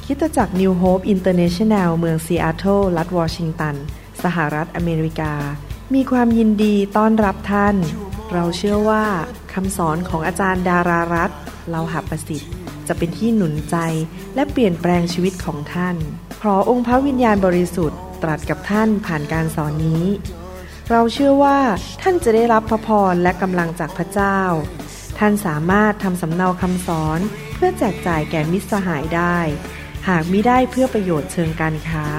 คริสตจักร New Hope International เมืองซีแอตเทิลรัฐวอชิงตันสหรัฐอเมริกามีความยินดีต้อนรับท่านเราเชื่อว่าคำสอนของอาจารย์ดารารัตน์เลาหะประสิทธิ์จะเป็นที่หนุนใจและเปลี่ยนแปลงชีวิตของท่านขอองค์พระวิญญาณบริสุทธิ์ตรัสกับท่านผ่านการสอนนี้เราเชื่อว่าท่านจะได้รับพระพรและกำลังจากพระเจ้าท่านสามารถทำสำเนาคำสอนเพื่อแจกจ่ายแก่มิตรสหายได้หากมิได้เพื่อประโยชน์เชิงการค้า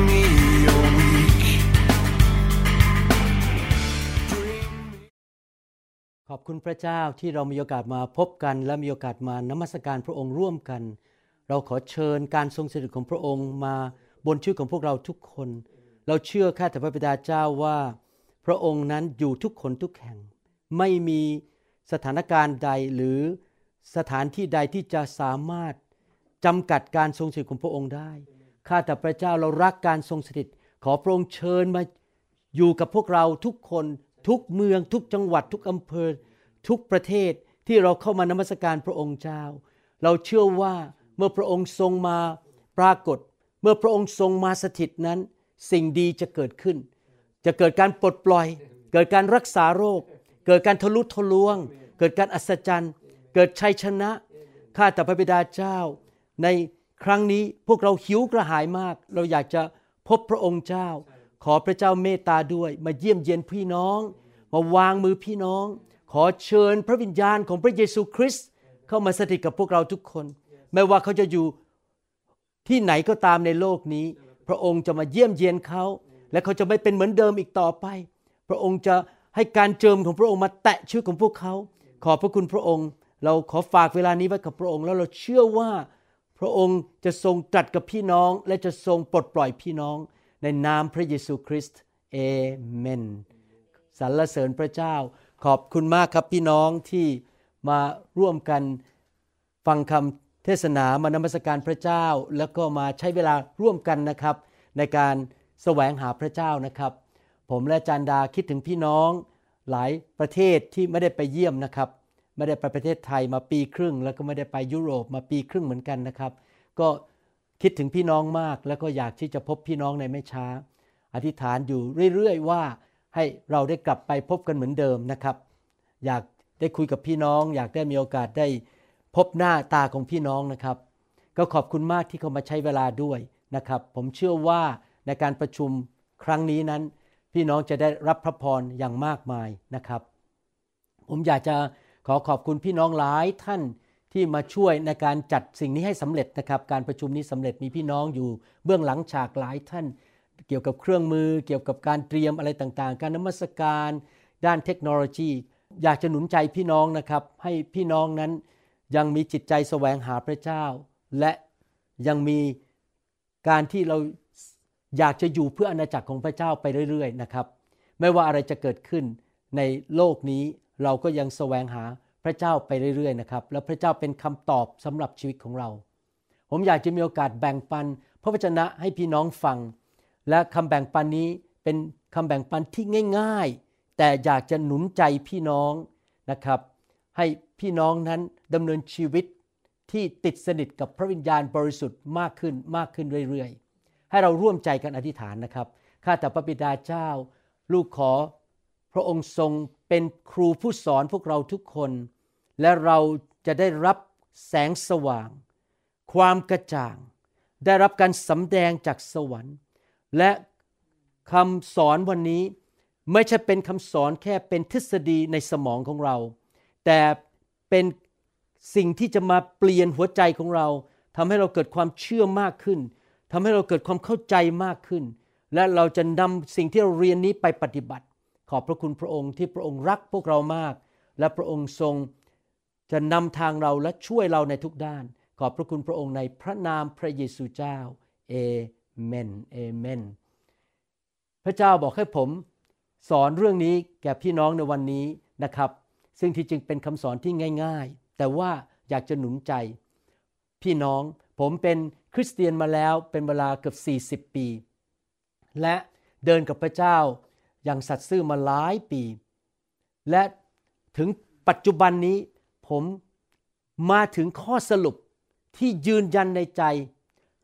ขอบคุณพระเจ้าที่เรามีโอกาสมาพบกันและมีโอกาสมานมัสการพระองค์ร่วมกันเราขอเชิญการทรงสถิตของพระองค์มาบนชีวิตของพวกเราทุกคนเราเชื่อข้าแต่พระบิดาเจ้าว่าพระองค์นั้นอยู่ทุกคนทุกแห่งไม่มีสถานการณ์ใดหรือสถานที่ใดที่จะสามารถจำกัดการทรงสถิตของพระองค์ได้ข้าแต่พระเจ้าเรารักการทรงสถิตขอพระองค์เชิญมาอยู่กับพวกเราทุกคนทุกเมืองทุกจังหวัดทุกอำเภอทุกประเทศที่เราเข้ามานมัสการพระองค์เจ้าเราเชื่อว่าเมื่อพระองค์ทรงมาปรากฏเมื่อพระองค์ทรงมาสถิตนั้นสิ่งดีจะเกิดขึ้นจะเกิดการปลดปล่อยเกิดการรักษาโรคเกิดการทะลุทะลวงเกิดการอัศจรรย์เกิดชัยชนะข้าแต่พระบิดาเจ้าในครั้งนี้พวกเราหิวกระหายมากเราอยากจะพบพระองค์เจ้าขอพระเจ้าเมตตาด้วยมาเยี่ยมเยียนพี่น้องมาวางมือพี่น้องขอเชิญพระวิญญาณของพระเยซูคริสต์เข้ามาสถิตกับพวกเราทุกคนไม่ว่าเขาจะอยู่ที่ไหนก็ตามในโลกนี้พระองค์จะมาเยี่ยมเยียนเขาและเขาจะไม่เป็นเหมือนเดิมอีกต่อไปพระองค์จะให้การเจิมของพระองค์มาแตะชีวิตของพวกเขาขอบพระคุณพระองค์เราขอฝากเวลานี้ไว้กับพระองค์แล้วเราเชื่อว่าพระองค์จะทรงตรัสกับพี่น้องและจะทรงปลดปล่อยพี่น้องในนามพระเยซูคริสต์เอเมนสรรเสริญพระเจ้าขอบคุณมากครับพี่น้องที่มาร่วมกันฟังคำเทศนามานมัสการพระเจ้าแล้วก็มาใช้เวลาร่วมกันนะครับในการแสวงหาพระเจ้านะครับผมและอาจารย์ดาคิดถึงพี่น้องหลายประเทศที่ไม่ได้ไปเยี่ยมนะครับไม่ได้ไปประเทศไทยมาปีครึ่งแล้วก็ไม่ได้ไปยุโรปมาปีครึ่งเหมือนกันนะครับก็คิดถึงพี่น้องมากแล้วก็อยากที่จะพบพี่น้องในไม่ช้าอธิษฐานอยู่เรื่อยๆว่าให้เราได้กลับไปพบกันเหมือนเดิมนะครับอยากได้คุยกับพี่น้องอยากได้มีโอกาสได้พบหน้าตาของพี่น้องนะครับก็ขอบคุณมากที่เขามาใช้เวลาด้วยนะครับผมเชื่อว่าในการประชุมครั้งนี้นั้นพี่น้องจะได้รับพระพรอย่างมากมายนะครับผมอยากจะขอขอบคุณพี่น้องหลายท่านที่มาช่วยในการจัดสิ่งนี้ให้สำเร็จนะครับการประชุมนี้สำเร็จมีพี่น้องอยู่เบื้องหลังฉากหลายท่านเกี่ยวกับเครื่องมือเกี่ยวกับการเตรียมอะไรต่างๆการนมัสการด้านเทคโนโลยีอยากจะหนุนใจพี่น้องนะครับให้พี่น้องนั้นยังมีจิตใจแสวงหาพระเจ้าและยังมีการที่เราอยากจะอยู่เพื่ออาณาจักรของพระเจ้าไปเรื่อยๆนะครับไม่ว่าอะไรจะเกิดขึ้นในโลกนี้เราก็ยังแสวงหาพระเจ้าไปเรื่อยๆนะครับและพระเจ้าเป็นคำตอบสำหรับชีวิตของเราผมอยากจะมีโอกาสแบ่งปันพระวจนะให้พี่น้องฟังและคำแบ่งปันนี้เป็นคำแบ่งปันที่ง่ายๆแต่อยากจะหนุนใจพี่น้องนะครับให้พี่น้องนั้นดำเนินชีวิตที่ติดสนิทกับพระวิญญาณบริสุทธิ์มากขึ้นเรื่อยๆให้เราร่วมใจกันอธิษฐานนะครับข้าแต่พระบิดาเจ้าลูกขอพระองค์ทรงเป็นครูผู้สอนพวกเราทุกคนและเราจะได้รับแสงสว่างความกระจ่างได้รับการสำแดงจากสวรรค์และคำสอนวันนี้ไม่ใช่เป็นคำสอนแค่เป็นทฤษฎีในสมองของเราแต่เป็นสิ่งที่จะมาเปลี่ยนหัวใจของเราทำให้เราเกิดความเชื่อมากขึ้นทำให้เราเกิดความเข้าใจมากขึ้นและเราจะนำสิ่งที่เราเรียนนี้ไปปฏิบัติขอบพระคุณพระองค์ที่พระองค์รักพวกเรามากและพระองค์ทรงจะนำทางเราและช่วยเราในทุกด้านขอบพระคุณพระองค์ในพระนามพระเยซูเจ้าเอเมนเอเมนพระเจ้าบอกให้ผมสอนเรื่องนี้แก่พี่น้องในวันนี้นะครับซึ่งที่จริงเป็นคำสอนที่ง่ายๆแต่ว่าอยากจะหนุนใจพี่น้องผมเป็นคริสเตียนมาแล้วเป็นเวลาเกือบ40 ปีและเดินกับพระเจ้าอย่างสัตย์ซื่อมาหลายปีและถึงปัจจุบันนี้ผมมาถึงข้อสรุปที่ยืนยันในใจ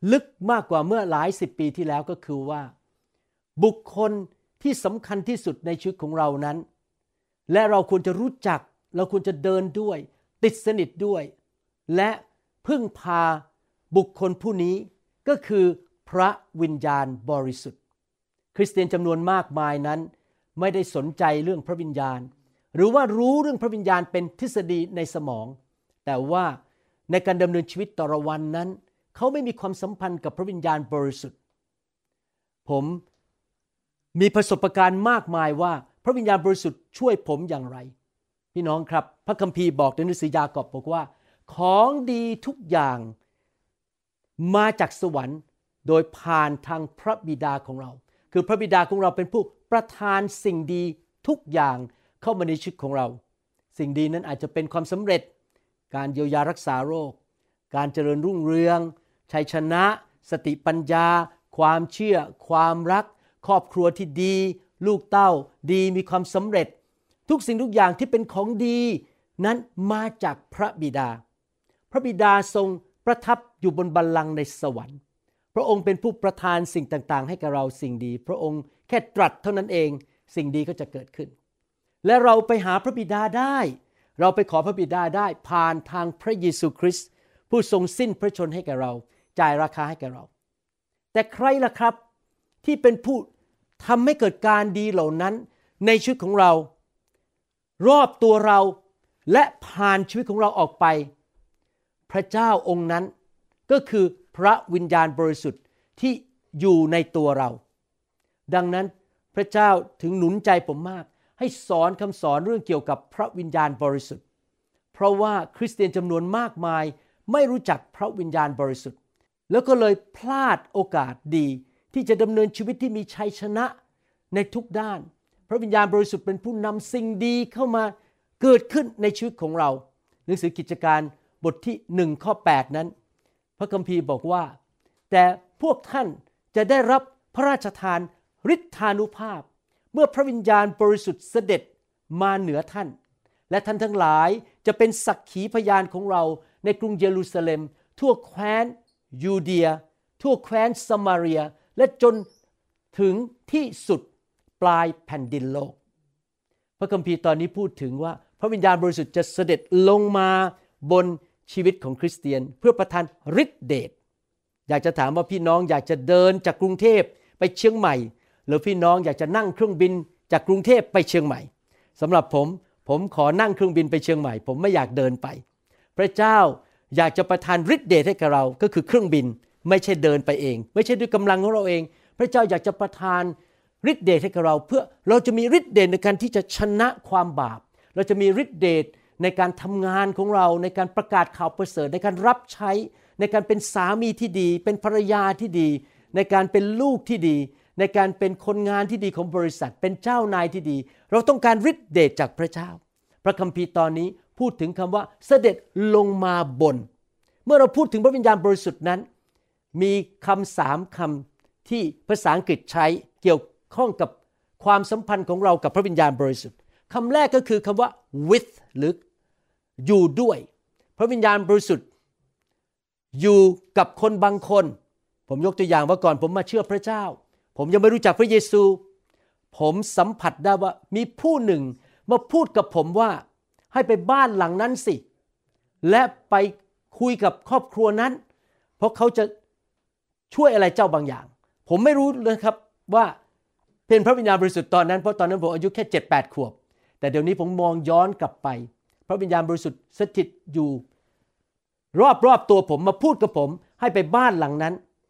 ลึกมากกว่าเมื่อหลาย10 ปีที่แล้วก็คือว่าบุคคลที่สำคัญที่สุดในชีวิตของเรานั้นและเราควรจะรู้จักเราควรจะเดินด้วยติดสนิทด้วยและพึ่งพาบุคคลผู้นี้ก็คือพระวิญญาณบริสุทธิ์คริสเตียนจำนวนมากมายนั้นไม่ได้สนใจเรื่องพระวิญญาณหรือว่ารู้เรื่องพระวิญญาณเป็นทฤษฎีในสมองแต่ว่าในการดำเนินชีวิตต่อวันนั้นเขาไม่มีความสัมพันธ์กับพระวิญญาณบริสุทธิ์ผมมีประสบการณ์มากมายว่าพระวิญญาณบริสุทธิ์ช่วยผมอย่างไรพี่น้องครับพระคัมภีร์บอกในหนังสือยากอบบอกว่าของดีทุกอย่างมาจากสวรรค์โดยผ่านทางพระบิดาของเราคือพระบิดาของเราเป็นผู้ประทานสิ่งดีทุกอย่างเข้ามาในชีวิตของเราสิ่งดีนั้นอาจจะเป็นความสำเร็จการเยียวยารักษาโรคการเจริญรุ่งเรืองชัยชนะสติปัญญาความเชื่อความรักครอบครัวที่ดีลูกเต้าดีมีความสำเร็จทุกสิ่งทุกอย่างที่เป็นของดีนั้นมาจากพระบิดาพระบิดาทรงประทับอยู่บนบัลลังก์ในสวรรค์พระองค์เป็นผู้ประทานสิ่งต่างๆให้กับเราสิ่งดีพระองค์แค่ตรัสเท่านั้นเองสิ่งดีก็จะเกิดขึ้นและเราไปหาพระบิดาได้เราไปขอพระบิดาได้ผ่านทางพระเยซูคริสต์ผู้ทรงสิ้นพระชนให้แก่เราจ่ายราคาให้แก่เราแต่ใครล่ะครับที่เป็นผู้ทำให้เกิดการดีเหล่านั้นในชีวิตของเรารอบตัวเราและผ่านชีวิตของเราออกไปพระเจ้าองค์นั้นก็คือพระวิญญาณบริสุทธิ์ที่อยู่ในตัวเราดังนั้นพระเจ้าถึงหนุนใจผมมากให้สอนคำสอนเรื่องเกี่ยวกับพระวิญญาณบริสุทธิ์เพราะว่าคริสเตียนจำนวนมากมายไม่รู้จักพระวิญญาณบริสุทธิ์แล้วก็เลยพลาดโอกาสดีที่จะดำเนินชีวิตที่มีชัยชนะในทุกด้านพระวิญญาณบริสุทธิ์เป็นผู้นำสิ่งดีเข้ามาเกิดขึ้นในชีวิตของเราหนังสือกิจการบทที่1ข้อ8นั้นพระคัมภีร์บอกว่าแต่พวกท่านจะได้รับพระราชทานฤทธานุภาพเมื่อพระวิญญาณบริสุทธิ์เสด็จมาเหนือท่านและท่านทั้งหลายจะเป็นสักขีพยานของเราในกรุงเยรูซาเล็มทั่วแคว้นยูเดียทั่วแคว้นสมาเรียและจนถึงที่สุดปลายแผ่นดินโลกพระคัมภีร์ตอนนี้พูดถึงว่าพระวิญญาณบริสุทธิ์จะเสด็จลงมาบนชีวิตของคริสเตียนเพื่อประทานฤทธิเดชอยากจะถามว่าพี่น้องอยากจะเดินจากกรุงเทพไปเชียงใหม่หรือพี่น้องอยากจะนั่งเครื่องบินจากกรุงเทพไปเชียงใหม่สำหรับผมขอนั่งเครื่องบินไปเชียงใหม่ผมไม่อยากเดินไปพระเจ้าอยากจะประทานฤทธิเดชให้กับเราก็คือเครื่องบินไม่ใช่เดินไปเองไม่ใช่ด้วยกำลังของเราเองพระเจ้าอยากจะประทานฤทธิเดชให้กับเราเพื่อเราจะมีฤทธิเดชในการที่จะชนะความบาปเราจะมีฤทธิเดชในการทำงานของเราในการประกาศข่าวประเสริฐในการรับใช้ในการเป็นสามีที่ดีเป็นภรรยาที่ดีในการเป็นลูกที่ดีในการเป็นคนงานที่ดีของบริษัทเป็นเจ้านายที่ดีเราต้องการฤทธิเดชจากพระเจ้าพระคัมภีร์ตอนนี้พูดถึงคำว่าเสด็จลงมาบนเมื่อเราพูดถึงพระวิญญาณบริสุทธิ์นั้นมีคำ3คำที่ภาษาอังกฤษใช้เกี่ยวข้องกับความสัมพันธ์ของเรากับพระวิญญาณบริสุทธิ์คำแรกก็คือคำว่า with หรืออยู่ด้วยพระวิญญาณบริสุทธิ์อยู่กับคนบางคนผมยกตัวอย่างว่าก่อนผมมาเชื่อพระเจ้าผมยังไม่รู้จักพระเยซูผมสัมผัสได้ว่ามีผู้หนึ่งมาพูดกับผมว่าให้ไปบ้านหลังนั้นสิและไปคุยกับครอบครัวนั้นเพราะเขาจะช่วยอะไรเจ้าบางอย่างผมไม่รู้เลยครับว่าเป็นพระวิญญาณบริสุทธิ์ตอนนั้นเพราะตอนนั้นผมอายุแค่ 7-8 ขวบแต่เดี๋ยวนี้ผมมองย้อนกลับไปพระวิญญาณบริสุทธิ์สถิตอยู่รอบตัวผมมาพูดกับผมให้ไปบ้านหลังนั้น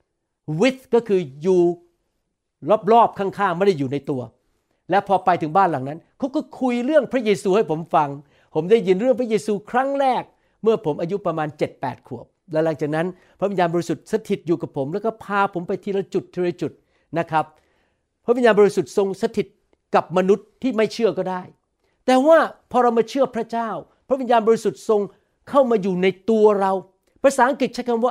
with ก็คืออยู่รอบๆข้างๆไม่ได้อยู่ในตัวและพอไปถึงบ้านหลังนั้นเขาก็คุยเรื่องพระเยซูให้ผมฟังผมได้ยินเรื่องพระเยซูครั้งแรกเมื่อผมอายุประมาณ 7-8 ขวบและหลังจากนั้นพระวิญญาณบริสุทธิ์สถิตอยู่กับผมแล้วก็พาผมไปทีละจุดนะครับพระวิญญาณบริสุทธิ์ทรงสถิตกับมนุษย์ที่ไม่เชื่อก็ได้แต่ว่าพอเรามาเชื่อพระเจ้าพระวิญญาณบริสุทธิ์ทรงเข้ามาอยู่ในตัวเราภาษาอังกฤษใช้คำว่า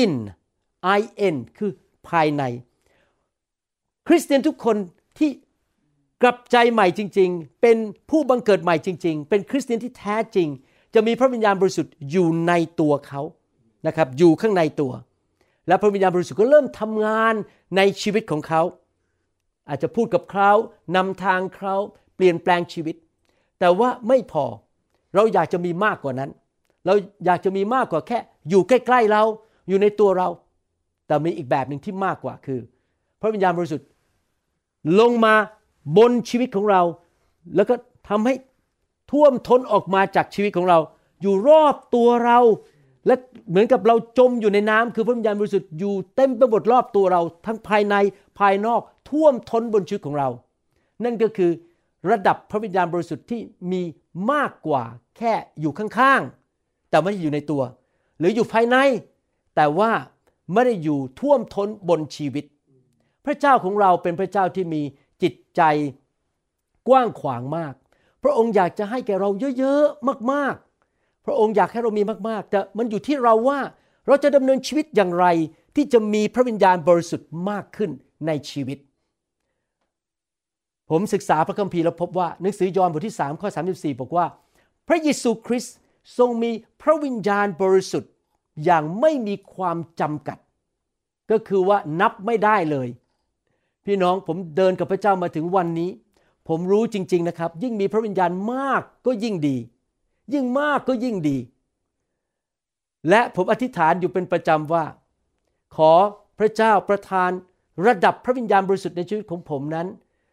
in คือภายในคริสเตียนทุกคนที่กลับใจใหม่จริงๆเป็นผู้บังเกิดใหม่จริงๆเป็นคริสเตียนที่แท้จริงจะมีพระวิญญาณบริสุทธิ์อยู่ในตัวเขานะครับอยู่ข้างในตัวและพระวิญญาณบริสุทธิ์ก็เริ่มทำงานในชีวิตของเขาอาจจะพูดกับเขานำทางเขาเปลี่ยนแปลงชีวิตแต่ว่าไม่พอเราอยากจะมีมากกว่านั้นเราอยากจะมีมากกว่าแค่อยู่ใกล้ๆเราอยู่ในตัวเราแต่มีอีกแบบหนึ่งที่มากกว่าคือพระวิญญาณบริสุทธิ์ลงมาบนชีวิตของเราแล้วก็ทำให้ท่วมท้นออกมาจากชีวิตของเราอยู่รอบตัวเราและเหมือนกับเราจมอยู่ในน้ำคือพระวิญญาณบริสุทธิ์อยู่เต็มไปหมดรอบตัวเราทั้งภายในภายนอกท่วมท้นบนชีวิตของเรานั่นก็คือระดับพระวิญญาณบริสุทธิ์ที่มีมากกว่าแค่อยู่ข้างๆแต่ไม่ได้อยู่ในตัวหรืออยู่ภายในแต่ว่าไม่ได้อยู่ท่วมท้นบนชีวิตพระเจ้าของเราเป็นพระเจ้าที่มีจิตใจกว้างขวางมากพระองค์อยากจะให้แก่เราเยอะๆมากๆพระองค์อยากให้เรามีมากๆแต่มันอยู่ที่เราว่าเราจะดำเนินชีวิตอย่างไรที่จะมีพระวิญญาณบริสุทธิ์มากขึ้นในชีวิตผมศึกษาพระคัมภีร์แล้วพบว่าหนังสือยอห์นบทที่3ข้อ34บอกว่าพระเยซูคริสต์ทรงมีพระวิญญาณบริสุทธิ์อย่างไม่มีความจำกัดก็คือว่านับไม่ได้เลยพี่น้องผมเดินกับพระเจ้ามาถึงวันนี้ผมรู้จริงๆนะครับยิ่งมีพระวิญญาณมากก็ยิ่งดียิ่งมากก็ยิ่งดีและผมอธิษฐานอยู่เป็นประจำว่าขอพระเจ้าประทานระดับพระวิญญาณบริสุทธิ์ในชีวิตของผมนั้น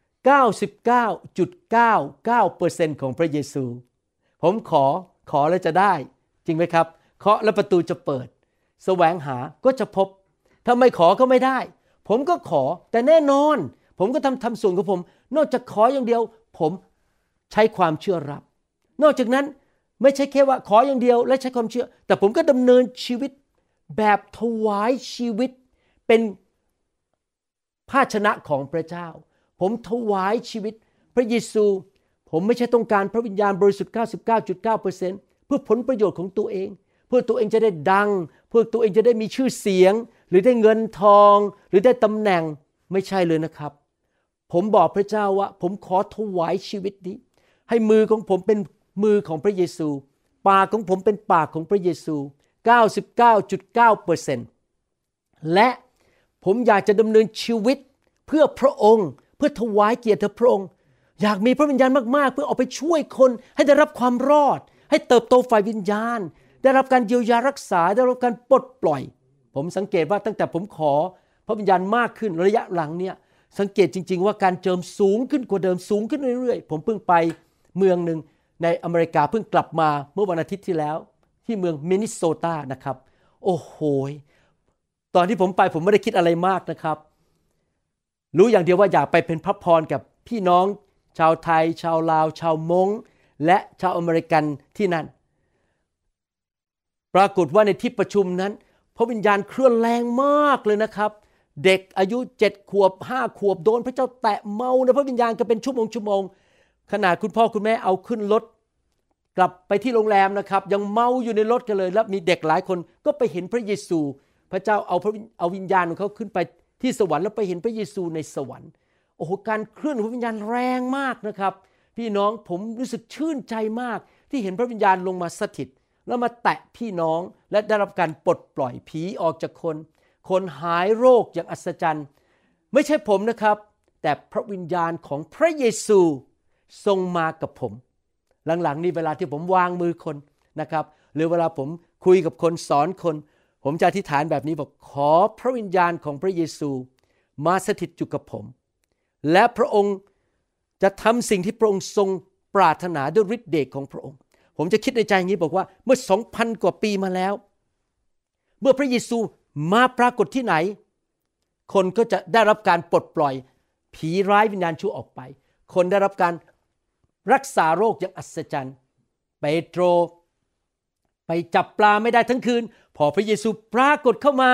99.99% ของพระเยซูผมขอแล้วจะได้จริงไหมครับเคาะแล้วประตูจะเปิดแสวงหาก็จะพบถ้าไม่ขอก็ไม่ได้ผมก็ขอแต่แน่นอนผมก็ทำส่วนของผมนอกจากขออย่างเดียวผมใช้ความเชื่อรับนอกจากนั้นไม่ใช่แค่ว่าขออย่างเดียวและใช้ความเชื่อแต่ผมก็ดำเนินชีวิตแบบถวายชีวิตเป็นภาชนะของพระเจ้าผมถวายชีวิตพระเยซูผมไม่ใช่ต้องการพระวิญญาณบริสุทธิ์ 99.9% เพื่อผลประโยชน์ของตัวเองเพื่อตัวเองจะได้ดังเพื่อตัวเองจะได้มีชื่อเสียงหรือได้เงินทองหรือได้ตำแหน่งไม่ใช่เลยนะครับผมบอกพระเจ้าว่าผมขอถวายชีวิตนี้ให้มือของผมเป็นมือของพระเยซูปากของผมเป็นปากของพระเยซู 99.9% และผมอยากจะดำเนินชีวิตเพื่อพระองค์เพื่อถวายเกียรติพระองค์อยากมีพระวิญญาณมากๆเพื่อออกไปช่วยคนให้ได้รับความรอดให้เติบโตฝ่ายวิญญาณได้รับการเยียวยารักษาได้รับการปลดปล่อยผมสังเกตว่าตั้งแต่ผมขอพระวิญญาณมากขึ้นระยะหลังเนี่ยสังเกตจริงๆว่าการเจิมสูงขึ้นกว่าเดิมสูงขึ้นเรื่อยๆผมเพิ่งไปเมืองนึงในอเมริกาเพิ่งกลับมาเมื่อวันอาทิตย์ที่แล้วที่เมืองมินนิโซตานะครับโอ้โหตอนที่ผมไปผมไม่ได้คิดอะไรมากนะครับรู้อย่างเดียวว่าอยากไปเป็นพระพรกับพี่น้องชาวไทยชาวลาวชาวมงและชาวอเมริกันที่นั่นปรากฏว่าในที่ประชุมนั้นพระวิญญาณเคลื่อนแรงมากเลยนะครับเด็กอายุ7ขวบ5ขวบโดนพระเจ้าแตะเมาในพระวิญญาณกันเป็นชั่วโมงขนาดคุณพ่อคุณแม่เอาขึ้นรถกลับไปที่โรงแรมนะครับยังเมาอยู่ในรถกันเลยแล้วมีเด็กหลายคนก็ไปเห็นพระเยซูพระเจ้าเอาวิญญาณของเขาขึ้นไปที่สวรรค์แล้วไปเห็นพระเยซูในสวรรค์โอ้โหการเคลื่อนของพระวิญญาณแรงมากนะครับพี่น้องผมรู้สึกชื่นใจมากที่เห็นพระวิญญาณลงมาสถิตแล้วมาแตะพี่น้องและได้รับการปลดปล่อยผีออกจากคนหายโรคอย่างอัศจรรย์ไม่ใช่ผมนะครับแต่พระวิญญาณของพระเยซูทรงมากับผมหลังๆนี้เวลาที่ผมวางมือคนนะครับหรือเวลาผมคุยกับคนสอนคนผมจะอธิษฐานแบบนี้บอกขอพระวิญญาณของพระเยซูมาสถิตอยู่กับผมและพระองค์จะทำสิ่งที่พระองค์ทรงปรารถนาด้วยฤทธิ์เดชของพระองค์ผมจะคิดในใจอย่างนี้บอกว่าเมื่อ 2,000 กว่าปีมาแล้วเมื่อพระเยซูมาปรากฏที่ไหนคนก็จะได้รับการปลดปล่อยผีร้ายวิญญาณชั่วออกไปคนได้รับการรักษาโรคอย่างอัศจรรย์เปโตรไปจับปลาไม่ได้ทั้งคืนพอพระเยซูปรากฏเข้ามา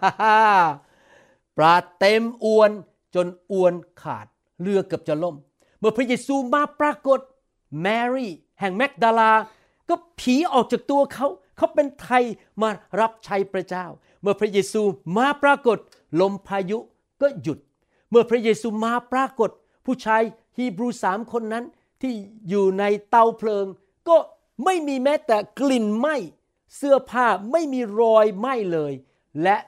ปลาเต็มอวนจนอวนขาดเรือเกือบจะล่มเมื่อพระเยซูมาปรากฏแมรี่แห่งแมกดาลาก็ผีออกจากตัวเขาเป็นไทยมารับใช้พระเจ้าเมื่อพระเยซูมาปรากฏลมพายุก็หยุดเมื่อพระเยซูมาปรากฏผู้ชายฮีบรู3คนนั้นที่อยู่ในเตาเพลิงก็ไม่มีแม้แต่กลิ่นไหม้เสื้อผ้าไม่มีรอยไหม้เลยและ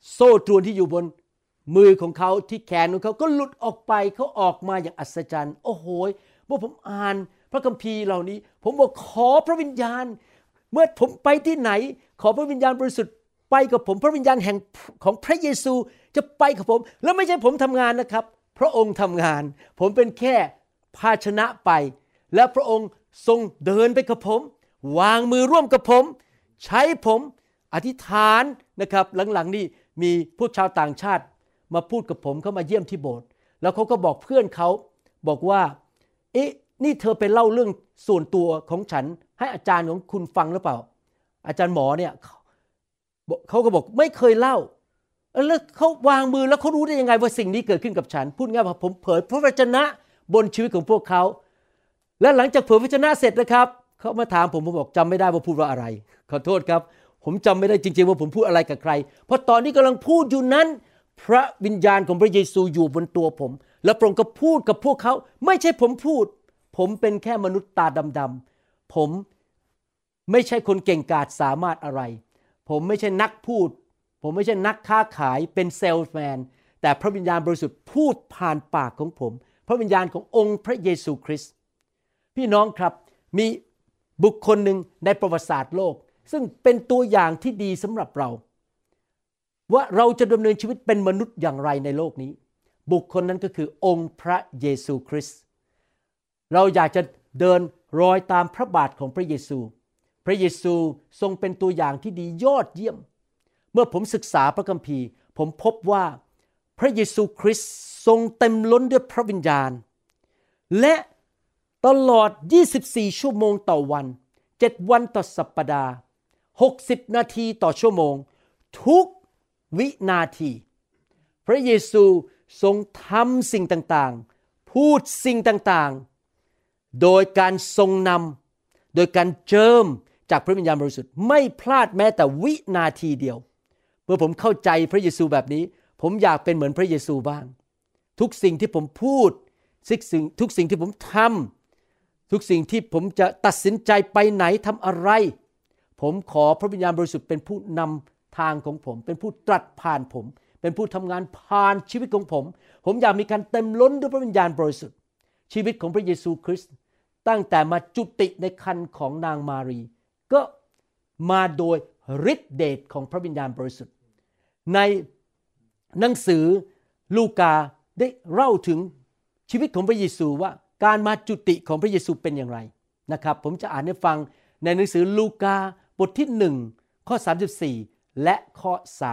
โซ่ตรวนที่อยู่บนมือของเขาที่แขนของเขาก็หลุดออกไปเขาออกมาอย่างอัศจรรย์โอ้โหเมื่อผมอ่านพระคัมภีร์เหล่านี้ผมบอกขอพระวิญญาณเมื่อผมไปที่ไหนขอพระวิญญาณบริสุทธิ์ไปกับผมพระวิญญาณแห่งของพระเยซูจะไปกับผมแล้วไม่ใช่ผมทำงานนะครับพระองค์ทำงานผมเป็นแค่ภาชนะไปและพระองค์ทรงเดินไปกับผมวางมือร่วมกับผมใช้ผมอธิษฐานนะครับหลังๆนี่มีผู้ชาวต่างชาติมาพูดกับผมเขามาเยี่ยมที่โบสถ์แล้วเขาก็บอกเพื่อนเขาบอกว่าเอ๊ะนี่เธอไปเล่าเรื่องส่วนตัวของฉันให้อาจารย์ของคุณฟังหรือเปล่าอาจารย์หมอเนี่ยเขาก็บอกไม่เคยเล่าแล้วเขาวางมือแล้วเขารู้ได้ยังไงว่าสิ่งนี้เกิดขึ้นกับฉันพูดง่ายว่าผมเผยพระวจนะบนชีวิตของพวกเขาและหลังจากเผยพระวจนะเสร็จนะครับเขามาถามผมบอกจำไม่ได้ว่าพูดว่าอะไรขอโทษครับผมจำไม่ได้จริงๆว่าผมพูดอะไรกับใครเพราะตอนนี้กำลังพูดอยู่นั้นพระวิญญาณของพระเยซูอยู่บนตัวผมและพระองค์ก็พูดกับพวกเขาไม่ใช่ผมพูดผมเป็นแค่มนุษย์ตาดำๆผมไม่ใช่คนเก่งกาจสามารถอะไรผมไม่ใช่นักพูดผมไม่ใช่นักค้าขายเป็นเซลส์แมนแต่พระวิญญาณบริสุทธิ์พูดผ่านปากของผมพระวิญญาณขององค์พระเยซูคริสต์พี่น้องครับมีบุคคลหนึ่งในประวัติศาสตร์โลกซึ่งเป็นตัวอย่างที่ดีสำหรับเราว่าเราจะดำเนินชีวิตเป็นมนุษย์อย่างไรในโลกนี้บุคคลนั้นก็คือองค์พระเยซูคริสต์เราอยากจะเดินรอยตามพระบาทของพระเยซูพระเยซูทรงเป็นตัวอย่างที่ดียอดเยี่ยมเมื่อผมศึกษาพระคัมภีร์ผมพบว่าพระเยซูคริสต์ทรงเต็มล้นด้วยพระวิญญาณและตลอด24ชั่วโมงต่อวัน7วันต่อสัปดาห์60นาทีต่อชั่วโมงทุกวินาทีพระเยซูทรงทำสิ่งต่างๆพูดสิ่งต่างๆโดยการทรงนำโดยการเจิมจากพระวิญญาณบริสุทธิ์ไม่พลาดแม้แต่วินาทีเดียวเมื่อผมเข้าใจพระเยซูแบบนี้ผมอยากเป็นเหมือนพระเยซูบ้างทุกสิ่งที่ผมพูดทุกสิ่งที่ผมทำทุกสิ่งที่ผมจะตัดสินใจไปไหนทำอะไรผมขอพระวิญญาณบริสุทธิ์เป็นผู้นำทางของผมเป็นผู้ตรัสผ่านผมเป็นผู้ทำงานผ่านชีวิตของผมอยากมีการเต็มล้นด้วยพระวิญญาณบริสุทธิ์ชีวิตของพระเยซูคริสต์ตั้งแต่มาจุติในครรภ์ของนางมารีก็มาโดยฤทธิเดชของพระวิญญาณบริสุทธิ์ในหนังสือลูกาได้เล่าถึงชีวิตของพระเยซูว่าการมาจุติของพระเยซูเป็นอย่างไรนะครับผมจะอ่านให้ฟังในหนังสือลูกาบทที่1ข้อ34และข้อ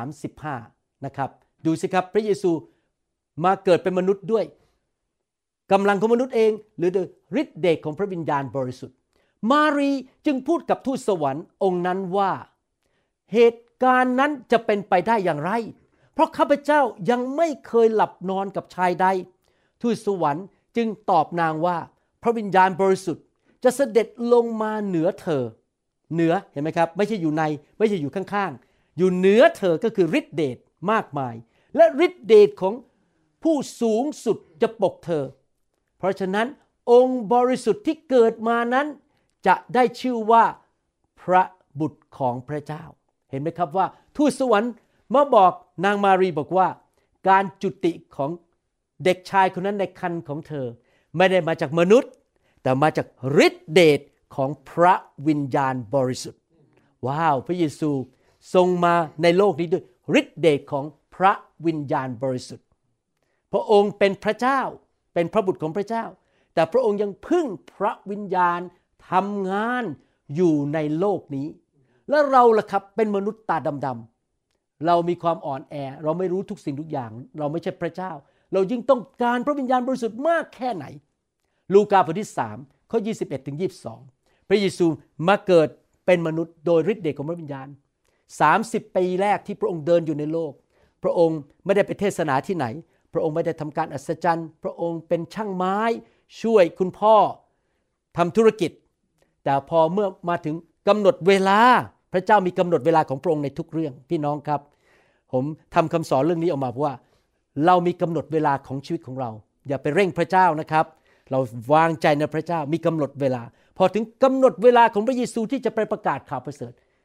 35นะครับดูสิครับพระเยซูมาเกิดเป็นมนุษย์ด้วยกำลังของมนุษย์เองหรือด้วยฤทธิเดชของพระวิญญาณบริสุทธิ์มารีจึงพูดกับทูตสวรรค์องค์นั้นว่าเหตุการณ์นั้นจะเป็นไปได้อย่างไรเพราะข้าพเจ้ายังไม่เคยหลับนอนกับชายใดทูตสวรรค์จึงตอบนางว่าพระวิญญาณบริสุทธิ์จะเสด็จลงมาเหนือเธอเหนือเห็นไหมครับไม่ใช่อยู่ในไม่ใช่อยู่ข้างๆอยู่เหนือเธอก็คือฤทธิเดชมากมายและฤทธิเดชของผู้สูงสุดจะปกเธอเพราะฉะนั้นองค์บริสุทธิ์ที่เกิดมานั้นจะได้ชื่อว่าพระบุตรของพระเจ้าเห็นไหมครับว่าทูตสวรรค์มาบอกนางมารีบอกว่าการจุติของเด็กชายคนนั้นในครรภ์ของเธอไม่ได้มาจากมนุษย์แต่มาจากฤทธิเดชของพระวิญญาณบริสุทธิ์ว้าวพระเยซูทรงมาในโลกนี้ด้วยฤทธิเดชของพระวิญญาณบริสุทธิ์พระองค์เป็นพระเจ้าเป็นพระบุตรของพระเจ้าแต่พระองค์ยังพึ่งพระวิญญาณทำงานอยู่ในโลกนี้และเราล่ะครับเป็นมนุษย์ตาดำๆเรามีความอ่อนแอเราไม่รู้ทุกสิ่งทุกอย่างเราไม่ใช่พระเจ้าเรายิ่งต้องการพระวิญญาณบริสุทธิ์มากแค่ไหนลูกาบทที่3ข้อ21ถึง22พระเยซูมาเกิดเป็นมนุษย์โดยฤทธิ์เดชของพระวิญญาณ30ปีแรกที่พระองค์เดินอยู่ในโลกพระองค์ไม่ได้ไปเทศนาที่ไหนพระองค์ไม่ได้ทำการอัศจรรย์พระองค์เป็นช่างไม้ช่วยคุณพ่อทำธุรกิจแต่พอเมื่อมาถึงกำหนดเวลาพระเจ้ามีกำหนดเวลาของพระองค์ในทุกเรื่องพี่น้องครับผมทำคำสอนเรื่องนี้ออกมาเพราะว่าเรามีกำหนดเวลาของชีวิตของเราอย่าไปเร่งพระเจ้านะครับเราวางใจในพระเจ้ามีกำหนดเวลาพอถึงกำหนดเวลาของพระเยซูที่จะไปประกาศข่าวประเสริฐ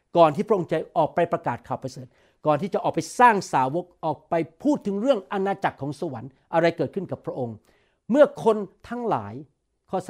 ก่อนที่พระองค์จะออกไปประกาศข่าวประเสริฐก่อนที่จะออกไปสร้างสาวกออกไปพูดถึงเรื่องอาณาจักรของสวรรค์อะไรเกิดขึ้นกับพระองค์เมื่อคนทั้งหลายข้อ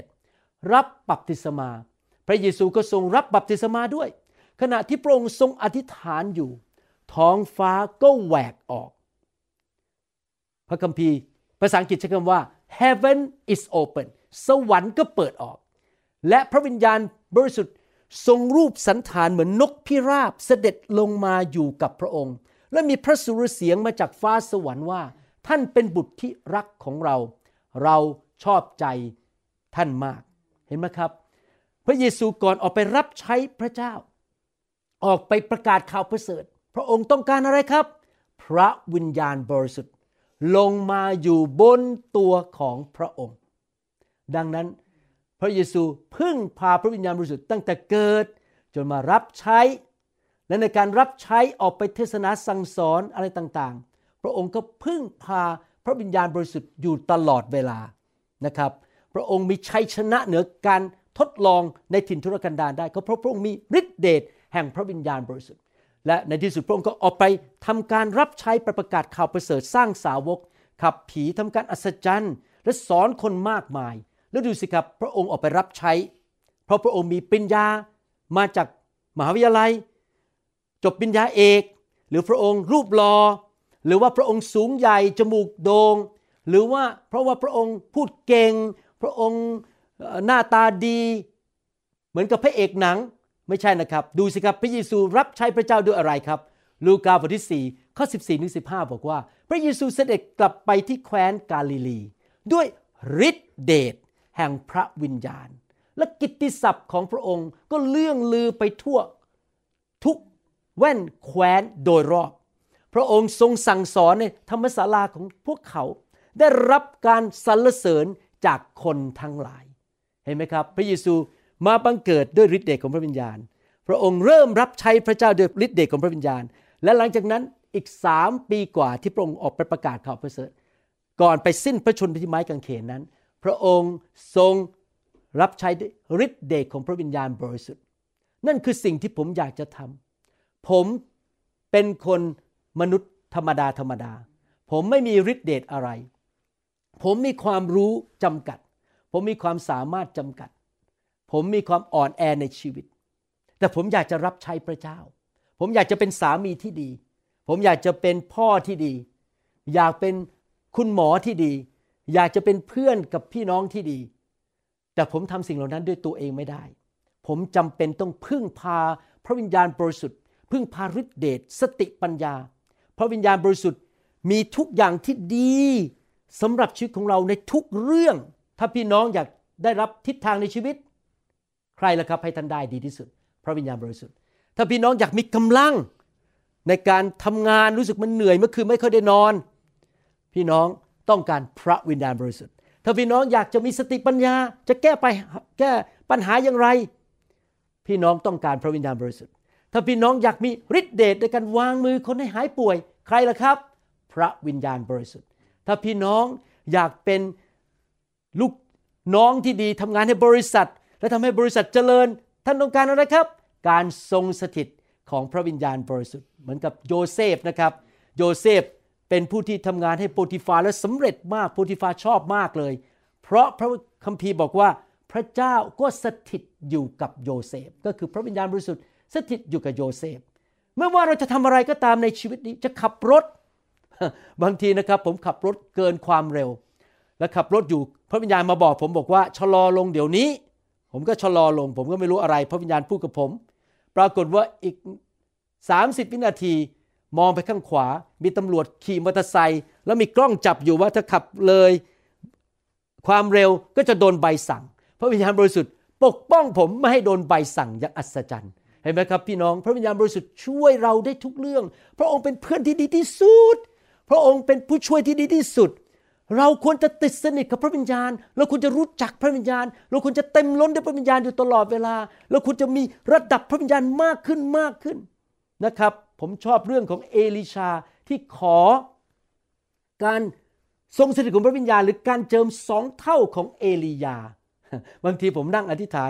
21รับบัพติศมาพระเยซูก็ทรงรับบัพติศมาด้วยขณะที่พระองค์ทรงอธิษฐานอยู่ท้องฟ้าก็แหวกออกพระคัมภีร์ภาษาอังกฤษใช้คำว่า heaven is open สวรรค์ก็เปิดออกและพระวิญญาณบริสุทธิ์ทรงรูปสันฐานเหมือนนกพิราบเสด็จลงมาอยู่กับพระองค์และมีพระสุรเสียงมาจากฟ้าสวรรค์ว่าท่านเป็นบุตรที่รักของเราเราชอบใจท่านมากเห็นไหมครับพระเยซูก่อนออกไปรับใช้พระเจ้าออกไปประกาศข่าวประเสริฐพระองค์ต้องการอะไรครับพระวิญญาณบริสุทธิ์ลงมาอยู่บนตัวของพระองค์ดังนั้นพระเยซูพึ่งพาพระวิญญาณบริสุทธิ์ตั้งแต่เกิดจนมารับใช้และในการรับใช้ออกไปเทศนาสั่งสอนอะไรต่างๆพระองค์ก็พึ่งพาพระวิญญาณบริสุทธิ์อยู่ตลอดเวลานะครับพระองค์มีชัยชนะเหนือการทดลองในถิ่นทุรกันดารได้ก็เพราะพระองค์มีฤทธิเดชแห่งพระวิญญาณบริสุทธิ์และในที่สุดพระองค์ก็ออกไปทำการรับใช้ประกาศข่าวประเสริฐสร้างสาวกขับผีทำการอัศจรรย์และสอนคนมากมายแล้วดูสิครับพระองค์ออกไปรับใช้เพราะพระองค์มีปริญญามาจากมหาวิทยาลัยจบปริญญาเอกหรือพระองค์รูปหล่อหรือว่าพระองค์สูงใหญ่จมูกโด่งหรือว่าเพราะว่าพระองค์พูดเก่งพระองค์หน้าตาดีเหมือนกับพระเอกหนังไม่ใช่นะครับดูสิครับพระเยซูรับใช้พระเจ้าด้วยอะไรครับลูกาบทที่4ข้อ14ถึง15บอกว่าพระเยซูเสด็จกลับไปที่แคว้นกาลิลีด้วยฤทธิเดชแห่งพระวิญญาณและกิตติศัพท์ของพระองค์ก็เลื่องลือไปทั่วทุกแว่นแคว้นโดยรอบพระองค์ทรงสั่งสอนในธรรมศาลาของพวกเขาได้รับการสรรเสริญจากคนทั้งหลายเห็นไหมครับพระเยซูมาบังเกิดด้วยฤทธิ์เดชของพระวิญญาณพระองค์เริ่มรับใช้พระเจ้าด้วยฤทธิ์เดชของพระวิญญาณและหลังจากนั้นอีก3 ปีกว่าที่พระองค์ออกไปประกาศข่าวประเสริฐก่อนไปสิ้นพระชนม์ที่ไม้กางเขนนั้นพระองค์ทรงรับใช้ด้วยฤทธิ์เดชของพระวิญญาณบริสุทธิ์นั่นคือสิ่งที่ผมอยากจะทำผมเป็นคนมนุษย์ธรรมดาผมไม่มีฤทธิ์เดชอะไรผมมีความรู้จำกัดผมมีความสามารถจำกัดผมมีความอ่อนแอในชีวิตแต่ผมอยากจะรับใช้พระเจ้าผมอยากจะเป็นสามีที่ดีผมอยากจะเป็นพ่อที่ดีอยากเป็นคุณหมอที่ดีอยากจะเป็นเพื่อนกับพี่น้องที่ดีแต่ผมทำสิ่งเหล่านั้นด้วยตัวเองไม่ได้ผมจำเป็นต้องพึ่งพาพระวิญญาณบริสุทธิ์พึ่งพาฤทธิเดชสติปัญญาพระวิญญาณบริสุทธิ์มีทุกอย่างที่ดีสำหรับชีวิตของเราในทุกเรื่องถ้าพี่น้องอยากได้รับทิศทางในชีวิตใครล่ะครับให้ท่านได้ดีที่สุดพระวิญญาณบริสุทธิ์ถ้าพี่น้องอยากมีกำลังในการทำงานรู้สึกมันเหนื่อยเมื่อคืนไม่ค่อยได้นอนพี่น้องต้องการพระวิญญาณบริสุทธิ์ถ้าพี่น้องอยากจะมีสติปัญญาจะแก้ปัญหาอย่างไรพี่น้องต้องการพระวิญญาณบริสุทธิ์ถ้าพี่น้องอยากมีฤทธิ์เดชในการวางมือคนให้หายป่วยใครล่ะครับพระวิญญาณบริสุทธิ์ถ้าพี่น้องอยากเป็นลูกน้องที่ดีทำงานให้บริษัทและทำให้บริษัทเจริญท่านต้องการอะไรครับการทรงสถิตของพระวิญญาณบริสุทธิ์เหมือนกับโยเซฟนะครับโยเซฟเป็นผู้ที่ทำงานให้โปติฟาและสำเร็จมากโปติฟาชอบมากเลยเพราะพระคัมภีร์บอกว่าพระเจ้าก็สถิตอยู่กับโยเซฟก็คือพระวิญญาณบริสุทธิ์สถิตอยู่กับโยเซฟไม่ว่าเราจะทำอะไรก็ตามในชีวิตนี้จะขับรถบางทีนะครับผมขับรถเกินความเร็วและขับรถอยู่พระวิญญาณมาบอกผมบอกว่าชะลอลงเดี๋ยวนี้ผมก็ชะลอลงผมก็ไม่รู้อะไรพระวิญญาณพูดกับผมปรากฏว่าอีก30 วินาทีมองไปข้างขวามีตำรวจขี่มอเตอร์ไซค์แล้วมีกล้องจับอยู่ว่าถ้าขับเลยความเร็วก็จะโดนใบสั่งพระวิญญาณบริสุทธิ์ปกป้องผมไม่ให้โดนใบสั่งอย่างอัศจรรย์เห็นไหมครับพี่น้องพระวิญญาณบริสุทธิ์ช่วยเราได้ทุกเรื่องพระองค์เป็นเพื่อนที่ดีที่สุดพระองค์เป็นผู้ช่วยที่ดีที่สุดเราควรจะติดสนิทกับพระวิญญาณเราควรจะรู้จักพระวิญญาณเราควรจะเต็มล้นด้วยพระวิญญาณอยู่ตลอดเวลาเราควรจะมีระดับพระวิญญาณมากขึ้นนะครับผมชอบเรื่องของเอลิชาที่ขอการทรงสถิตของพระวิญญาณหรือการเจิม2 เท่าของเอลียาบางทีผมนั่งอธิษฐาน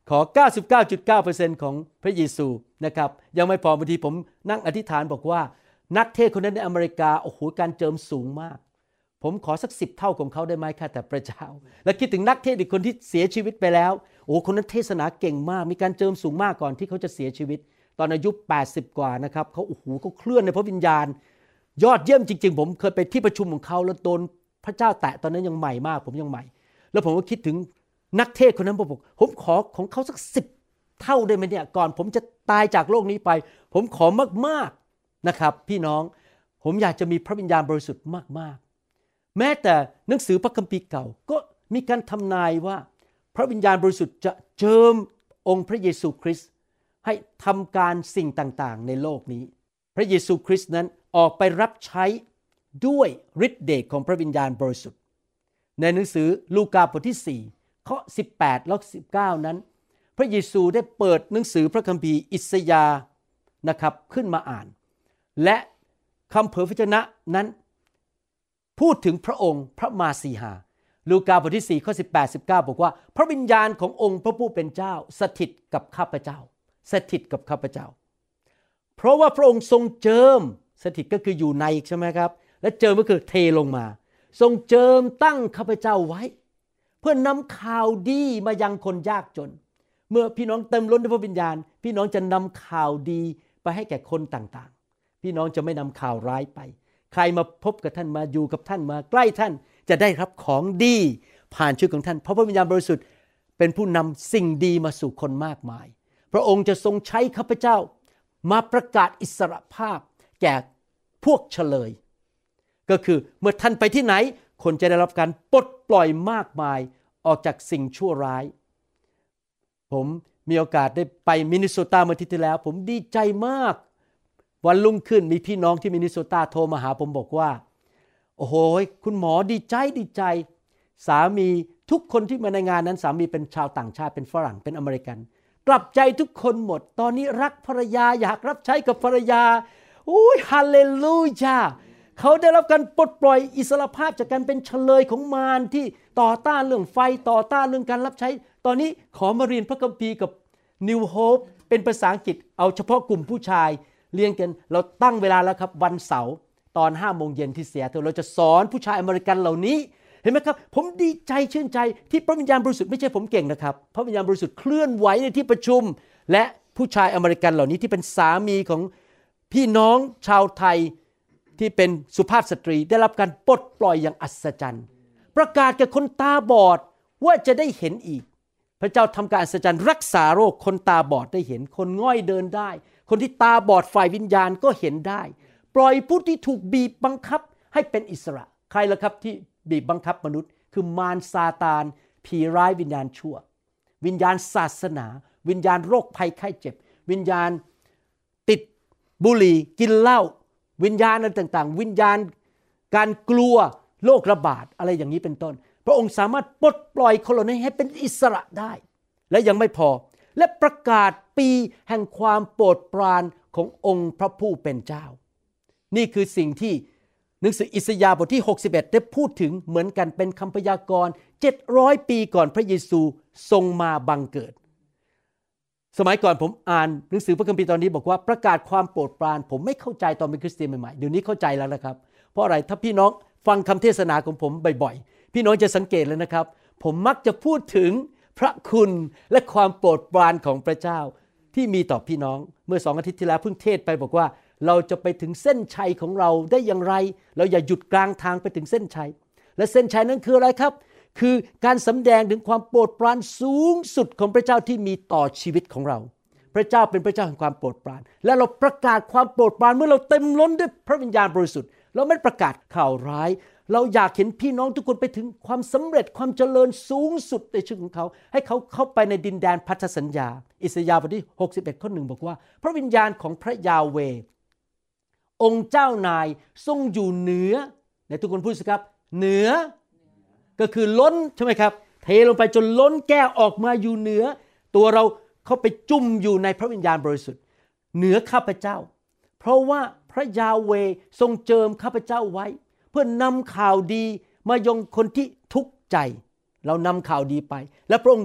ขอ 99.9% ของพระเยซูนะครับยังไม่พอบางทีผมนั่งอธิษฐานบอกว่านักเทศคนนั้นในอเมริกาโอ้โหการเจิมสูงมากผมขอสัก10เท่าของเขาได้ไหมค่ะแต่พระเจ้าแล้วคิดถึงนักเทศอีกคนที่เสียชีวิตไปแล้วโอ้คนนั้นเทศนาเก่งมากมีการเจิมสูงมากก่อนที่เขาจะเสียชีวิตตอนอายุ80กว่านะครับเขาโอ้โหเขาเคลื่อนในพระวิญญาณยอดเยี่ยมจริงๆผมเคยไปที่ประชุมของเขาแล้วโดนพระเจ้าแตะตอนนั้นยังใหม่มากผมยังใหม่แล้วผมก็คิดถึงนักเทศคนนั้นบอกผมขอของเขาสัก10เท่าได้ไหมเนี่ยก่อนผมจะตายจากโลกนี้ไปผมขอมากๆนะครับพี่น้องผมอยากจะมีพระวิญญาณบริสุทธิ์มากๆแม้แต่หนังสือพระคัมภีร์เก่าก็มีการทำนายว่าพระวิญญาณบริสุทธิ์จะเจิมองค์พระเยซูคริสต์ให้ทำการสิ่งต่างๆในโลกนี้พระเยซูคริสต์นั้นออกไปรับใช้ด้วยฤทธิ์เดชของพระวิญญาณบริสุทธิ์ในหนังสือลูกาบทที่4ข้อ18และ19นั้นพระเยซูได้เปิดหนังสือพระคัมภีร์อิสยาห์นะครับขึ้นมาอ่านและคำเผยพระชนะนั้นพูดถึงพระองค์พระมาสีหาลูกาบทที่4ข้อ18 19บอกว่าพระวิญญาณขององค์พระผู้เป็นเจ้าสถิตกับข้าพเจ้าสถิตกับข้าพเจ้าเพราะว่าพระองค์ทรงเจิมสถิตก็คืออยู่ในใช่ไหมครับและเจิมก็คือเทลงมาทรงเจิมตั้งข้าพเจ้าไว้เพื่อนำข่าวดีมายังคนยากจนเมื่อพี่น้องเต็มล้นด้วยพระวิญญาณพี่น้องจะนำข่าวดีไปให้แก่คนต่างๆพี่น้องจะไม่นำข่าวร้ายไปใครมาพบกับท่านมาอยู่กับท่านมาใกล้ท่านจะได้รับของดีผ่านชีวิตของท่านเพราะพระวิญญาณบริสุทธิ์เป็นผู้นำสิ่งดีมาสู่คนมากมายพระองค์จะทรงใช้ข้าพเจ้ามาประกาศอิสรภาพแก่พวกเฉลยก็คือเมื่อท่านไปที่ไหนคนจะได้รับการปลดปล่อยมากมายออกจากสิ่งชั่วร้ายผมมีโอกาสได้ไปมินนิโซตาเมื่ออาทิตย์ที่แล้วผมดีใจมากวันรุ่งขึ้นมีพี่น้องที่มินนิโซตาโทรมาหาผมบอกว่าโอ้โหคุณหมอดีใจสามีทุกคนที่มาในงานนั้นสามีเป็นชาวต่างชาติเป็นฝรั่งเป็นอเมริกันกลับใจทุกคนหมดตอนนี้รักภรรยาอยากรับใช้กับภรรยาอุ้ยฮาเลลูยาเขาได้รับการปลดปล่อยอิสรภาพจากการเป็นเฉลยของมารที่ต่อต้านเรื่องไฟต่อต้านเรื่องการรับใช้ตอนนี้ขอมาเรียนพระคัมภีร์กับ New Hope เป็นภาษาอังกฤษเอาเฉพาะกลุ่มผู้ชายเรียนกันเราตั้งเวลาแล้วครับวันเสาร์ตอน 5:00 นที่เสียเถอะเราจะสอนผู้ชายอเมริกันเหล่านี้เห็นไหมครับผมดีใจชื่นใจที่พระวิญญาณบริสุทธิ์ไม่ใช่ผมเก่งนะครับพระวิญญาณบริสุทธิ์เคลื่อนไหวในที่ประชุมและผู้ชายอเมริกันเหล่านี้ที่เป็นสามีของพี่น้องชาวไทยที่เป็นสุภาพสตรีได้รับการปลดปล่อยอย่างอัศจรรย์ประกาศแก่คนตาบอดว่าจะได้เห็นอีกพระเจ้าทำการอัศจรรย์รักษาโรคคนตาบอดได้เห็นคนง่อยเดินได้คนที่ตาบอดฝ่ายวิญญาณก็เห็นได้ปล่อยผู้ที่ถูกบีบบังคับให้เป็นอิสระใครล่ะครับที่บีบบังคับมนุษย์คือมารซาตานผีร้ายวิญญาณชั่ววิญญาณศาสนาวิญญาณโรคภัยไข้เจ็บวิญญาณติดบุหรี่กินเหล้าวิญญาณอะไรต่างๆวิญญาณการกลัวโรคระบาดอะไรอย่างนี้เป็นต้นพระองค์สามารถปลดปล่อยคนเหล่านี้ให้เป็นอิสระได้และยังไม่พอและประกาศปีแห่งความโปรดปรานขององค์พระผู้เป็นเจ้านี่คือสิ่งที่หนังสืออิสยาห์บทที่61ได้พูดถึงเหมือนกันเป็นคำพยากรณ์700ปีก่อนพระเยซูทรงมาบังเกิดสมัยก่อนผมอ่านหนังสือพระคัมภีร์ตอนนี้บอกว่าประกาศความโปรดปรานผมไม่เข้าใจตอนเป็นคริสเตียนใหม่ๆเดี๋ยวนี้เข้าใจแล้วนะครับเพราะอะไรถ้าพี่น้องฟังคำเทศนาของผมบ่อยๆพี่น้องจะสังเกตเลยนะครับผมมักจะพูดถึงพระคุณและความโปรดปรานของพระเจ้าที่มีต่อพี่น้องเมื่อ2 อาทิตย์ที่แล้วเพิ่งเทศไปบอกว่าเราจะไปถึงเส้นชัยของเราได้อย่างไรเราอย่าหยุดกลางทางไปถึงเส้นชัยและเส้นชัยนั้นคืออะไรครับคือการสำแดงถึงความโปรดปรานสูงสุดของพระเจ้าที่มีต่อชีวิตของเราพระเจ้าเป็นพระเจ้าแห่งความโปรดปรานและเราประกาศความโปรดปรานเมื่อเราเต็มล้นด้วยพระวิญญาณบริสุทธิ์เราไม่ประกาศข่าวร้ายเราอยากเห็นพี่น้องทุกคนไปถึงความสำเร็จความเจริญสูงสุดในชีวิตของเขาให้เขาเข้าไปในดินแดนพันธสัญญาอิสยาห์บทที่61ข้อ 1บอกว่าพระวิญญาณของพระยาเวห์องค์เจ้านายทรงอยู่เหนือในทุกคนพูดสิครับเหนือก็คือล้นใช่ไหมครับเทลงไปจนล้นแก้วออกมาอยู่เหนือตัวเราเข้าไปจุ่มอยู่ในพระวิญญาณบริสุทธิ์เหนือข้าพเจ้าเพราะว่าพระยาเวห์ทรงเจิมข้าพเจ้าไว้เพื่อนำข่าวดีมายังคนที่ทุกข์ใจเรานำข่าวดีไปและพระองค์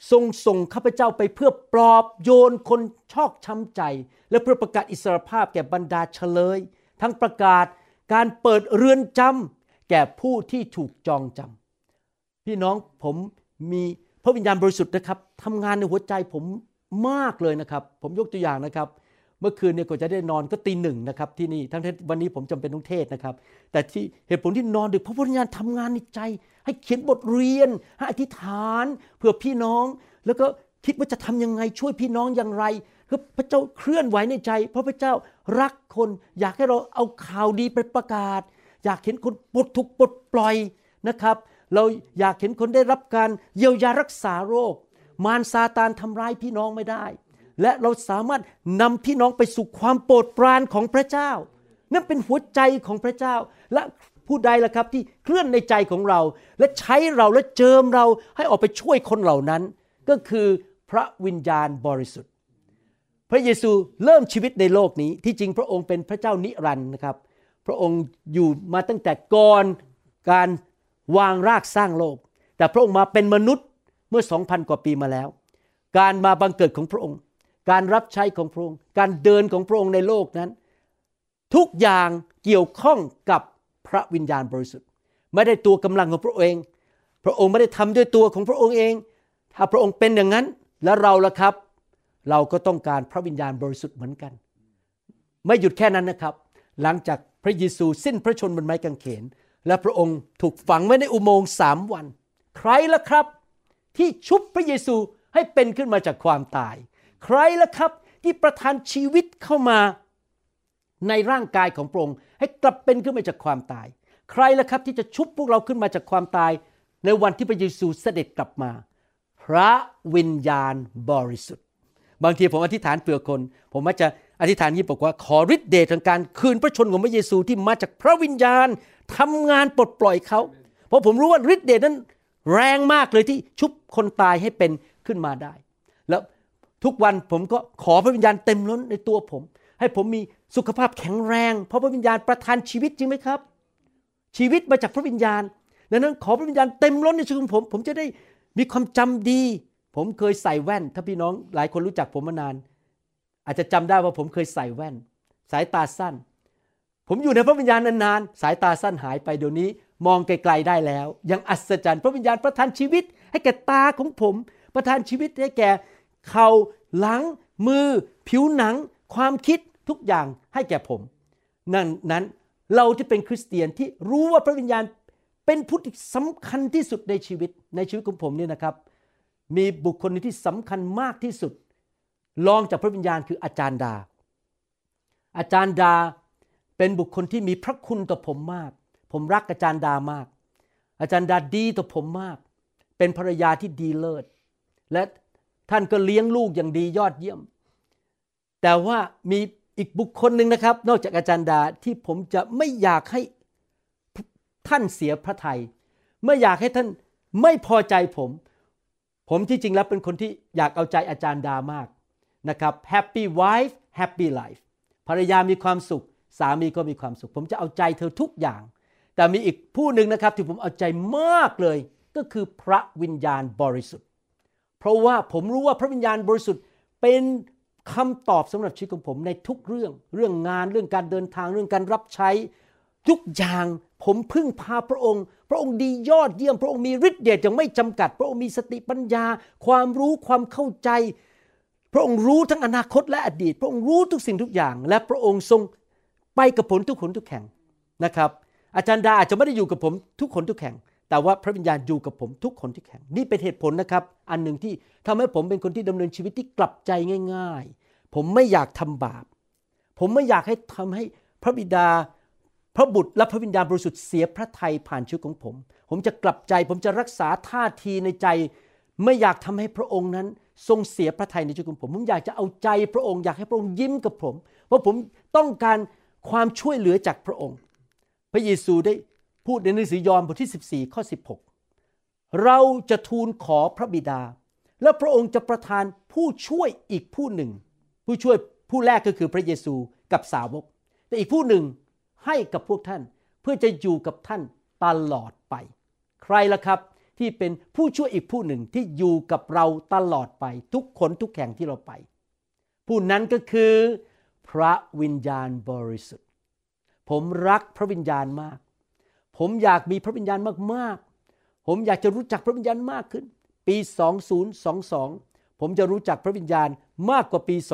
ทรงส่งข้าพเจ้าไปเพื่อปลอบโยนคนชอกช้ำใจและเพื่อประกาศอิสรภาพแก่บรรดาเฉลยทั้งประกาศการเปิดเรือนจำแก่ผู้ที่ถูกจองจำพี่น้องผมมีพระวิญญาณบริสุทธิ์นะครับทำงานในหัวใจผมมากเลยนะครับผมยกตัวอย่างนะครับเมื่อคืนเนี่ยกว่าจะได้นอนก็ตี 1นะครับที่นี่ทั้งที่วันนี้ผมจำเป็นต้องเทศนะครับแต่ที่เหตุผลที่นอนดึกเพราะพระวิญญาณทำงานในใจให้เขียนบทเรียนให้อธิษฐานเพื่อพี่น้องแล้วก็คิดว่าจะทำยังไงช่วยพี่น้องอย่างไรคือพระเจ้าเคลื่อนไหวในใจเพราะพระเจ้ารักคนอยากให้เราเอาข่าวดีไปประกาศอยากเห็นคนปลดทุกข์ปลดปล่อยนะครับเราอยากเห็นคนได้รับการเยียวยารักษาโรคมารซาตานทำร้ายพี่น้องไม่ได้และเราสามารถนำพี่น้องไปสู่ความโปรดปรานของพระเจ้านั่นเป็นหัวใจของพระเจ้าและผู้ใดล่ะครับที่เคลื่อนในใจของเราและใช้เราและเจิมเราให้ออกไปช่วยคนเหล่านั้นก็คือพระวิญญาณบริสุทธิ์พระเยซูเริ่มชีวิตในโลกนี้ที่จริงพระองค์เป็นพระเจ้านิรันดร์นะครับพระองค์อยู่มาตั้งแต่ก่อนการวางรากสร้างโลกแต่พระองค์มาเป็นมนุษย์เมื่อ 2,000 กว่าปีมาแล้วการมาบังเกิดของพระองค์การรับใช้ของพระองค์การเดินของพระองค์ในโลกนั้นทุกอย่างเกี่ยวข้องกับพระวิญญาณบริสุทธิ์ไม่ได้ตัวกำลังของพระองค์เองพระองค์ไม่ได้ทำด้วยตัวของพระองค์เองถ้าพระองค์เป็นอย่างนั้นแล้วเราล่ะครับเราก็ต้องการพระวิญญาณบริสุทธิ์เหมือนกันไม่หยุดแค่นั้นนะครับหลังจากพระเยซูสิ้นพระชนม์บนไม้กางเขนและพระองค์ถูกฝังไว้ในอุโมงค์3 วันใครล่ะครับที่ชุบพระเยซูให้เป็นขึ้นมาจากความตายใครล่ะครับที่ประทานชีวิตเข้ามาในร่างกายของพระองค์ให้กลับเป็นขึ้นมาจากความตายใครล่ะครับที่จะชุบพวกเราขึ้นมาจากความตายในวันที่พระเยซูเสด็จกลับมาพระวิญญาณบริสุทธิ์บางทีผมอธิษฐานเผื่อคนผมมักจะอธิษฐานนี้บอกว่าขอฤทธิ์เดชของการคืนพระชนของพระเยซูที่มาจากพระวิญญาณทำงานปลดปล่อยเขาเพราะผมรู้ว่าฤทธิ์เดชนั้นแรงมากเลยที่ชุบคนตายให้เป็นขึ้นมาได้แล้วทุกวันผมก็ขอพระวิญญาณเต็มล้นในตัวผมให้ผมมีสุขภาพแข็งแรงเพราะพระวิญญาณประทานชีวิตจริงไหมครับชีวิตมาจากพระวิญญาณดังนั้นขอพระวิญญาณเต็มล้นในชีวิตของผมจะได้มีความจำดีผมเคยใส่แว่นถ้าพี่น้องหลายคนรู้จักผมมานานอาจจะจำได้ว่าผมเคยใส่แว่นสายตาสั้นผมอยู่ในพระวิญญาณนานๆสายตาสั้นหายไปเดี๋ยวนี้มองไกลๆได้แล้วยังอัศจรรย์พระวิญญาณประทานชีวิตให้แก่ตาของผมประทานชีวิตให้แก่เข่าหลังมือผิวหนังความคิดทุกอย่างให้แก่ผมนั้นเราที่เป็นคริสเตียนที่รู้ว่าพระวิญญาณเป็นผู้ที่สำคัญที่สุดในชีวิตของผมเนี่ยนะครับมีบุคคลที่สำคัญมากที่สุดรองจากพระวิญญาณคืออาจารย์ดาอาจารย์ดาเป็นบุคคลที่มีพระคุณต่อผมมากผมรักอาจารย์ดามากอาจารย์ดาดีต่อผมมากเป็นภรรยาที่ดีเลิศและท่านก็เลี้ยงลูกอย่างดียอดเยี่ยมแต่ว่ามีอีกบุคคลหนึ่งนะครับนอกจากอาจารย์ดาที่ผมจะไม่อยากให้ท่านเสียพระทัยไม่อยากให้ท่านไม่พอใจผมที่จริงแล้วเป็นคนที่อยากเอาใจอาจารย์ดามากนะครับ Happy wife happy life ภรรยามีความสุขสามีก็มีความสุขผมจะเอาใจเธอทุกอย่างแต่มีอีกผู้หนึ่งนะครับที่ผมเอาใจมากเลยก็คือพระวิญญาณบริสุทธิ์เพราะว่าผมรู้ว่าพระวิญญาณบริสุทธิ์เป็นคำตอบสำหรับชีวิตของผมในทุกเรื่องงานเรื่องการเดินทางเรื่องการรับใช้ทุกอย่างผมพึ่งพาพระองค์ดียอดเยี่ยมพระองค์มีฤทธิ์เดชอย่างไม่จำกัดพระองค์มีสติปัญญาความรู้ความเข้าใจพระองค์รู้ทั้งอนาคตและอดีตพระองค์รู้ทุกสิ่งทุกอย่างและพระองค์ทรงไปกับผมทุกคนทุกแห่งนะครับอาจารย์ดาอาจจะไม่ได้อยู่กับผมทุกคนทุกแห่งแต่ว่าพระวิญญาณอยู่กับผมทุกคนทุกแห่งนี่เป็นเหตุผลนะครับอันหนึ่งที่ทำให้ผมเป็นคนที่ดำเนินชีวิตที่กลับใจง่ายๆผมไม่อยากทำบาปผมไม่อยากให้ทำให้พระบิดาพระบุตรและพระวิญญาณบริสุทธิ์เสียพระทัยผ่านชีวิตของผมจะกลับใจผมจะรักษาท่าทีในใจไม่อยากทำให้พระองค์นั้นทรงเสียพระทัยในชีวิตของผมอยากจะเอาใจพระองค์อยากให้พระองค์ยิ้มกับผมเพราะผมต้องการความช่วยเหลือจากพระองค์พระเยซูได้พูดในหนังสือยอห์นบทที่14ข้อ16เราจะทูลขอพระบิดาและพระองค์จะประทานผู้ช่วยอีกผู้หนึ่งผู้ช่วยผู้แรกก็คือพระเยซูกับสาวกแต่อีกผู้หนึ่งให้กับพวกท่านเพื่อจะอยู่กับท่านตลอดไปใครล่ะครับที่เป็นผู้ช่วยอีกผู้หนึ่งที่อยู่กับเราตลอดไปทุกคนทุกแห่งที่เราไปผู้นั้นก็คือพระวิญญาณบริสุทธิ์ผมรักพระวิญญาณมากผมอยากมีพระวิญญาณมากๆผมอยากจะรู้จักพระวิญญาณมากขึ้นปี2022ผมจะรู้จักพระวิญญาณมากกว่าปี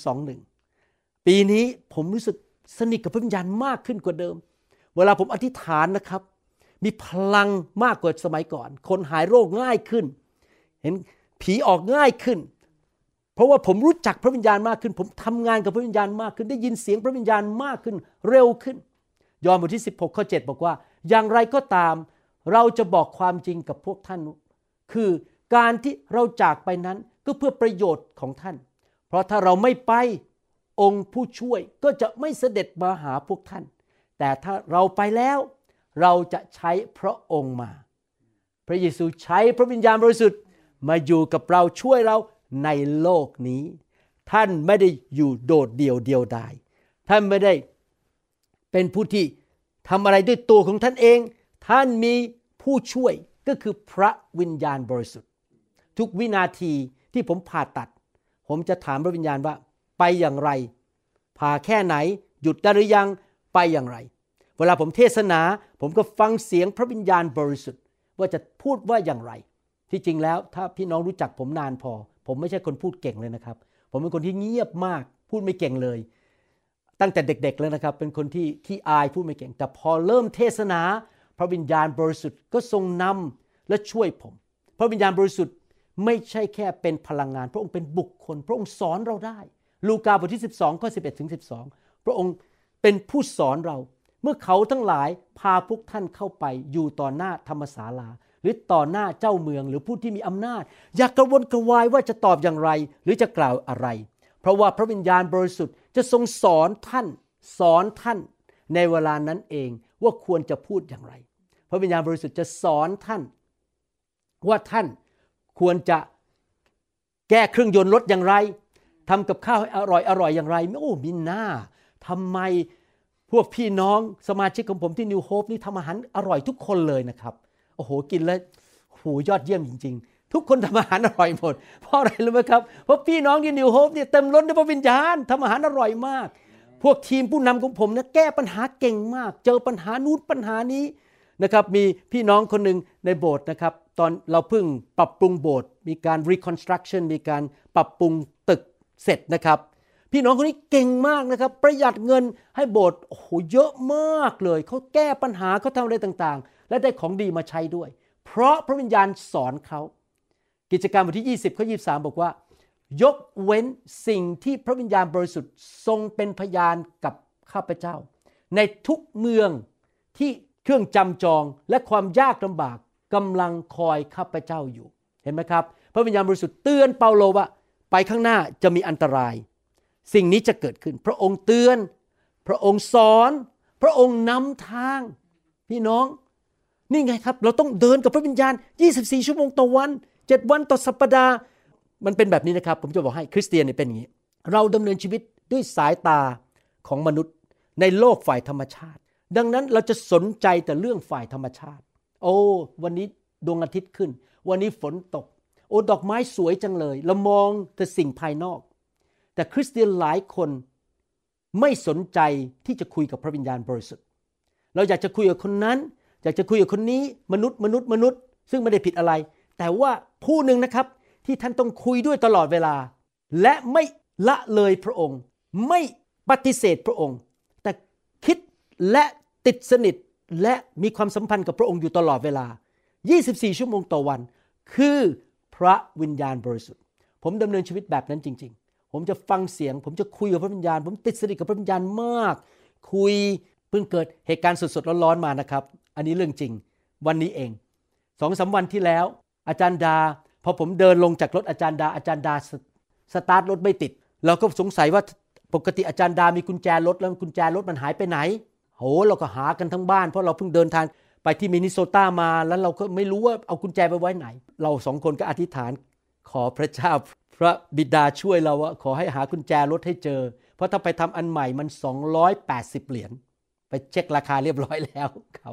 2021ปีนี้ผมรู้สึกสนิทกับพระวิญญาณมากขึ้นกว่าเดิมเวลาผมอธิษฐานนะครับมีพลังมากกว่าสมัยก่อนคนหายโรคง่ายขึ้นเห็นผีออกง่ายขึ้นเพราะว่าผมรู้จักพระวิญญาณมากขึ้นผมทำงานกับพระวิญญาณมากขึ้นได้ยินเสียงพระวิญญาณมากขึ้นเร็วขึ้นยอห์นบทที่16ข้อ7บอกว่าอย่างไรก็ตามเราจะบอกความจริงกับพวกท่านคือการที่เราจากไปนั้นก็เพื่อประโยชน์ของท่านเพราะถ้าเราไม่ไปองค์ผู้ช่วยก็จะไม่เสด็จมาหาพวกท่านแต่ถ้าเราไปแล้วเราจะใช้พระองค์มาพระเยซูใช้พระวิญญาณบริสุทธิ์มาอยู่กับเราช่วยเราในโลกนี้ท่านไม่ได้อยู่โดดเดี่ยวเดียวดายท่านไม่ได้เป็นผู้ที่ทำอะไรด้วยตัวของท่านเองท่านมีผู้ช่วยก็คือพระวิญญาณบริสุทธิ์ทุกวินาทีที่ผมผ่าตัดผมจะถามพระวิญญาณว่าไปอย่างไรผ่าแค่ไหนหยุดได้หรือยังไปอย่างไรเวลาผมเทศนาผมก็ฟังเสียงพระวิญญาณบริสุทธิ์ว่าจะพูดว่าอย่างไรที่จริงแล้วถ้าพี่น้องรู้จักผมนานพอผมไม่ใช่คนพูดเก่งเลยนะครับผมเป็นคนที่เงียบมากพูดไม่เก่งเลยตั้งแต่เด็กๆแล้วนะครับเป็นคนที่ขี้อายพูดไม่เก่งแต่พอเริ่มเทศนาพระวิญญาณบริสุทธิ์ก็ทรงนำและช่วยผมพระวิญญาณบริสุทธิ์ไม่ใช่แค่เป็นพลังงานพระองค์เป็นบุคคลพระองค์สอนเราได้ลูกาบทที่12ข้อ11ถึง12พระองค์เป็นผู้สอนเราเมื่อเขาทั้งหลายพาพวกท่านเข้าไปอยู่ต่อหน้าธรรมศาลาหรือต่อหน้าเจ้าเมืองหรือผู้ที่มีอำนาจอย่ากระวนกระวายว่าจะตอบอย่างไรหรือจะกล่าวอะไรเพราะว่าพระวิญญาณบริสุทธิ์จะทรงสอนท่านในเวลานั้นเองว่าควรจะพูดอย่างไรพระวิญญาณบริสุทธิ์จะสอนท่านว่าท่านควรจะแก้เครื่องยนต์รถอย่างไรทำกับข้าวให้อร่อยอย่างไรโอ้มีหน้าทำไมพวกพี่น้องสมาชิกของผมที่นิวโฮปนี่ทำอาหารอร่อยทุกคนเลยนะครับโอ้โหกินแล้วโหยอดเยี่ยมจริงๆทุกคนทำอาหารอร่อยหมดเพราะอะไรรู้ไหมครับเพราะพี่น้องที่นิวโฮปเนี่ยเต็มล้นด้วยพระวิญญาณทำอาหารอร่อยมากพวกทีมผู้นำของผมเนี่ยแก้ปัญหาเก่งมากเจอปัญหานู้นปัญหานี้นะครับมีพี่น้องคนหนึ่งในโบสถ์นะครับตอนเราเพิ่งปรับปรุงโบสถ์มีการ reconstruction มีการปรับปรุงตึกเสร็จนะครับพี่น้องคนนี้เก่งมากนะครับประหยัดเงินให้โบสถ์โอ้โหเยอะมากเลยเขาแก้ปัญหาเขาทำอะไรต่างๆและได้ของดีมาใช้ด้วยเพราะพระวิญญาณสอนเขากิจการบทที่20ข้อ23บอกว่ายกเว้นสิ่งที่พระวิญญาณบริสุทธิ์ทรงเป็นพยานกับข้าพเจ้าในทุกเมืองที่เครื่องจำจองและความยากลำบากกำลังคอยข้าพเจ้าอยู่เห็นไหมครับพระวิญญาณบริสุทธิ์เตือนเปาโลว่าไปข้างหน้าจะมีอันตรายสิ่งนี้จะเกิดขึ้นพระองค์เตือนพระองค์สอนพระองค์นำทางพี่น้องนี่ไงครับเราต้องเดินกับพระวิญญาณ24ชั่วโมงต่อวัน7วันต่อสัปดาห์มันเป็นแบบนี้นะครับผมจะบอกให้คริสเตียนเนี่ยเป็นอย่างนี้เราดำเนินชีวิตด้วยสายตาของมนุษย์ในโลกฝ่ายธรรมชาติดังนั้นเราจะสนใจแต่เรื่องฝ่ายธรรมชาติโอ้วันนี้ดวงอาทิตย์ขึ้นวันนี้ฝนตกโอ้ดอกไม้สวยจังเลยเรามองแต่สิ่งภายนอกแต่คริสเตียนหลายคนไม่สนใจที่จะคุยกับพระวิญญาณบริสุทธิ์เราอยากจะคุยกับคนนั้นอยากจะคุยกับคนนี้มนุษย์ซึ่งไม่ได้ผิดอะไรแต่ว่าผู้หนึ่งนะครับที่ท่านต้องคุยด้วยตลอดเวลาและไม่ละเลยพระองค์ไม่ปฏิเสธพระองค์แต่คิดและติดสนิทและมีความสัมพันธ์กับพระองค์อยู่ตลอดเวลา24ชั่วโมงต่อวันคือพระวิญญาณบริสุทธิ์ผมดำเนินชีวิตแบบนั้นจริงๆผมจะฟังเสียงผมจะคุยกับพระวิญญาณผมติดสนิทกับพระวิญญาณมากคุยเพิ่งเกิดเหตุการณ์สดๆร้อนๆมานะครับอันนี้เรื่องจริงวันนี้เอง 2-3 วันที่แล้วอาจารย์ดาพอผมเดินลงจากรถอาจารย์ดาสตาร์ทรถไม่ติดเราก็สงสัยว่าปกติอาจารย์ดามีกุญแจรถแล้วกุญแจรถมันหายไปไหนโหเราก็หากันทั้งบ้านเพราะเราเพิ่งเดินทางไปที่มินนิโซตามาแล้วเราก็ไม่รู้ว่าเอากุญแจไปไว้ไหนเรา2คนก็อธิษฐานขอพระเจ้าพระบิดาช่วยเราว่าขอให้หากุญแจรถให้เจอเพราะถ้าไปทำอันใหม่มัน280 เหรียญไปเช็คราคาเรียบร้อยแล้วครับ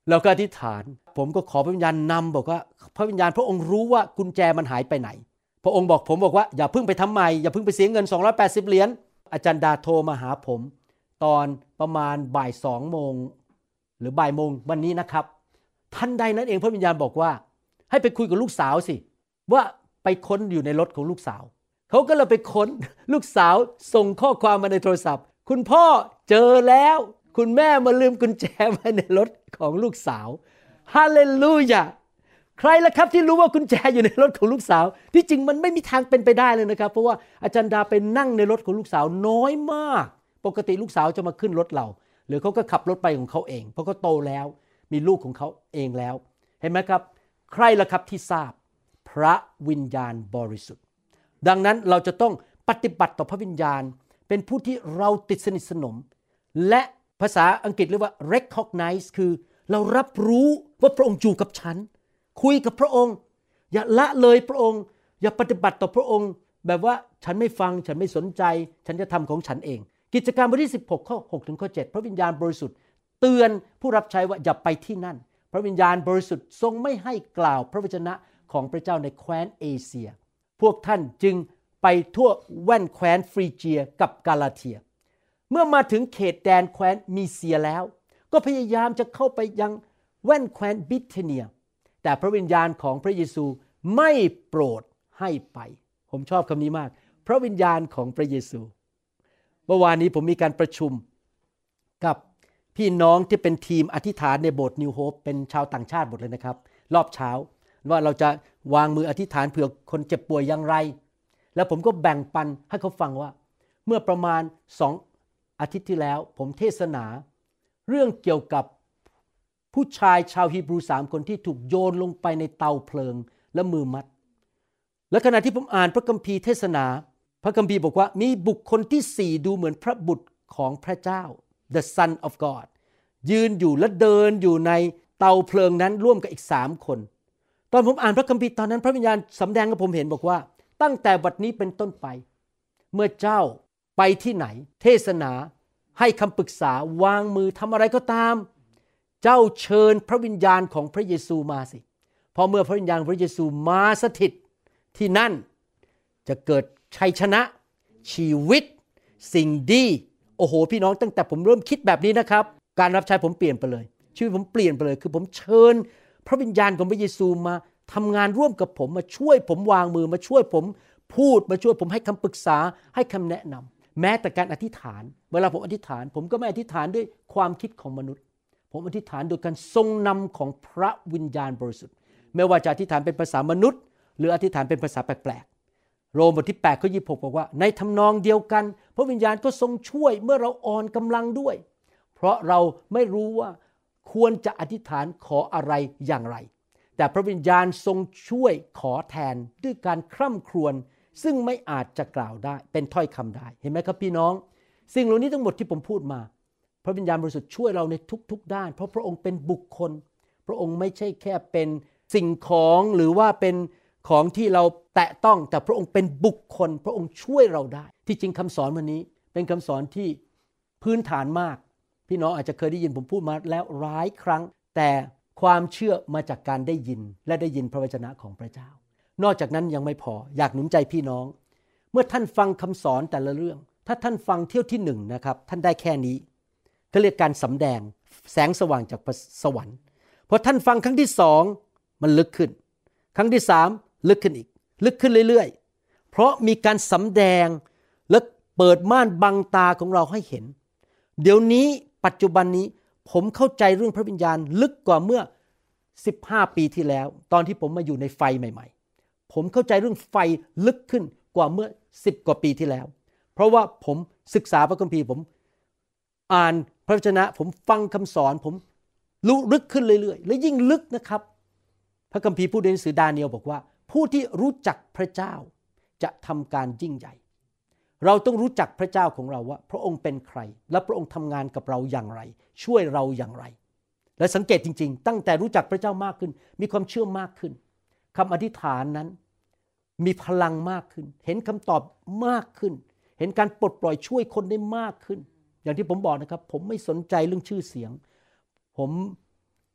เราก็อธิษฐานผมก็ขอพระวิญญาณนำบอกว่าพระวิญญาณพระองค์รู้ว่ากุญแจมันหายไปไหนพระองค์บอกผมบอกว่าอย่าเพิ่งไปทำใหม่อย่าเพิ่งไปเสียเงิน280เหรียญอาจารย์ดาโทรมาหาผมตอนประมาณบ่าย2โมงหรือบ่ายโมงวันนี้นะครับทันใดนั้นเองพระวิญญาณบอกว่าให้ไปคุยกับลูกสาวสิว่าไปค้นอยู่ในรถของลูกสาวเขาก็เลยไปค้นลูกสาวส่งข้อความมาในโทรศัพท์คุณพ่อเจอแล้วคุณแม่มาลืมกุญแจไว้ในรถของลูกสาวฮาเลลูยาใครล่ะครับที่รู้ว่ากุญแจอยู่ในรถของลูกสาวที่จริงมันไม่มีทางเป็นไปได้เลยนะครับเพราะว่าอาจารย์ดาไปนั่งในรถของลูกสาวน้อยมากปกติลูกสาวจะมาขึ้นรถเราหรือเขาก็ขับรถไปของเขาเองเพราะเขาโตแล้วมีลูกของเขาเองแล้วเห็นไหมครับใครล่ะครับที่ทราบพระวิญญาณบริสุทธิ์ดังนั้นเราจะต้องปฏิบัติต่อพระวิญญาณเป็นผู้ที่เราติดสนิทสนมและภาษาอังกฤษเรียกว่า recognize คือเรารับรู้ว่าพระองค์อยู่กับฉันคุยกับพระองค์อย่าละเลยพระองค์อย่าปฏิบัติต่อพระองค์แบบว่าฉันไม่ฟังฉันไม่สนใจฉันจะทำของฉันเองกิจการบทที่16ข้อ6ถึงข้อ7พระวิญญาณบริสุทธิ์เตือนผู้รับใช้ว่าอย่าไปที่นั่นพระวิญญาณบริสุทธิ์ทรงไม่ให้กล่าวพระวจนะของพระเจ้าในแคว้นเอเชียพวกท่านจึงไปทั่วแว่นแคว้นฟรีเจียกับกาลาเทียเมื่อมาถึงเขตแดนแคว้นมีเซียแล้วก็พยายามจะเข้าไปยังแว่นแคว้นบิเทเนียแต่พระวิญญาณของพระเยซูไม่โปรดให้ไปผมชอบคำนี้มากพระวิญญาณของพระเยซูเมื่อวานนี้ผมมีการประชุมกับพี่น้องที่เป็นทีมอธิษฐานในโบสถ์นิวโฮปเป็นชาวต่างชาติหมดเลยนะครับรอบเช้าว่าเราจะวางมืออธิษฐานเผื่อคนเจ็บป่วยอย่างไรแล้วผมก็แบ่งปันให้เขาฟังว่าเมื่อประมาณ2 อาทิตย์ที่แล้วผมเทศนาเรื่องเกี่ยวกับผู้ชายชาวฮีบรู3 คนที่ถูกโยนลงไปในเตาเพลิงและมือมัดและขณะที่ผมอ่านพระคัมภีร์เทศนาพระคัมภีร์บอกว่ามีบุคคลที่4ดูเหมือนพระบุตรของพระเจ้า the Son of God ยืนอยู่และเดินอยู่ในเตาเพลิงนั้นร่วมกับอีก3 คนตอนผมอ่านพระคัมภีร์ตอนนั้นพระวิญญาณสำแดงกับผมเห็นบอกว่าตั้งแต่บัดนี้เป็นต้นไปเมื่อเจ้าไปที่ไหนเทศนาให้คำปรึกษาวางมือทำอะไรก็ตามเจ้าเชิญพระวิญญาณของพระเยซูมาสิเพราะเมื่อพระวิญญาณพระเยซูมาสถิตที่นั่นจะเกิดชัยชนะชีวิตสิ่งดีโอ้โหพี่น้องตั้งแต่ผมเริ่มคิดแบบนี้นะครับการรับใช้ผมเปลี่ยนไปเลยชีวิตผมเปลี่ยนไปเลยคือผมเชิญพระวิญญาณของพระเยซูมาทำงานร่วมกับผมมาช่วยผมวางมือมาช่วยผมพูดมาช่วยผมให้คำปรึกษาให้คำแนะนำแม้แต่การอธิษฐานเวลาผมอธิษฐานผมก็ไม่อธิษฐานด้วยความคิดของมนุษย์ผมอธิษฐานโดยการทรงนำของพระวิญญาณบริสุทธิ์ไม่ว่าจะอธิษฐานเป็นภาษามนุษย์หรืออธิษฐานเป็นภาษาแปลกๆโรมบทที่8ข้อ26บอกว่าในทำนองเดียวกันพระวิญญาณก็ทรงช่วยเมื่อเราอ่อนกำลังด้วยเพราะเราไม่รู้ว่าควรจะอธิษฐานขออะไรอย่างไรแต่พระวิญญาณทรงช่วยขอแทนด้วยการคร่ำครวญซึ่งไม่อาจจะกล่าวได้เป็นถ้อยคำได้เห็นไหมครับพี่น้องสิ่งเหล่านี้ทั้งหมดที่ผมพูดมาพระวิญญาณบริสุทธิ์ช่วยเราในทุกๆด้านเพราะพระองค์เป็นบุคคลพระองค์ไม่ใช่แค่เป็นสิ่งของหรือว่าเป็นของที่เราแตะต้องแต่พระองค์เป็นบุคคลพระองค์ช่วยเราได้ที่จริงคำสอนวันนี้เป็นคำสอนที่พื้นฐานมากพี่น้องอาจจะเคยได้ยินผมพูดมาแล้วหลายครั้งแต่ความเชื่อมาจากการได้ยินและได้ยินพระวจนะของพระเจ้านอกจากนั้นยังไม่พออยากหนุนใจพี่น้องเมื่อท่านฟังคำสอนแต่ละเรื่องถ้าท่านฟังเที่ยวที่1นะครับท่านได้แค่นี้เขาเรียกการสำแดงแสงสว่างจากสวรรค์พอท่านฟังครั้งที่2มันลึกขึ้นครั้งที่3ลึกขึ้นอีกลึกขึ้นเรื่อยๆเพราะมีการสำแดงและเปิดม่านบังตาของเราให้เห็นเดี๋ยวนี้ปัจจุบันนี้ผมเข้าใจเรื่องพระวิญญาณลึกกว่าเมื่อ15 ปีที่แล้วตอนที่ผมมาอยู่ในไฟใหม่ๆผมเข้าใจเรื่องไฟลึกขึ้นกว่าเมื่อ10 กว่าปีที่แล้วเพราะว่าผมศึกษาพระคัมภีร์ผมอ่านพระวจนะผมฟังคำสอนผมรู้ลึกขึ้นเรื่อยๆและยิ่งลึกนะครับพระคัมภีร์พูดในหนังสือดาเนียลบอกว่าผู้ที่รู้จักพระเจ้าจะทำการยิ่งใหญ่เราต้องรู้จักพระเจ้าของเราว่าพระองค์เป็นใครและพระองค์ทำงานกับเราอย่างไรช่วยเราอย่างไรและสังเกตจริงๆตั้งแต่รู้จักพระเจ้ามากขึ้นมีความเชื่อมากขึ้นคำอธิษฐานนั้นมีพลังมากขึ้นเห็นคำตอบมากขึ้นเห็นการปลดปล่อยช่วยคนได้มากขึ้นอย่างที่ผมบอกนะครับผมไม่สนใจเรื่องชื่อเสียงผม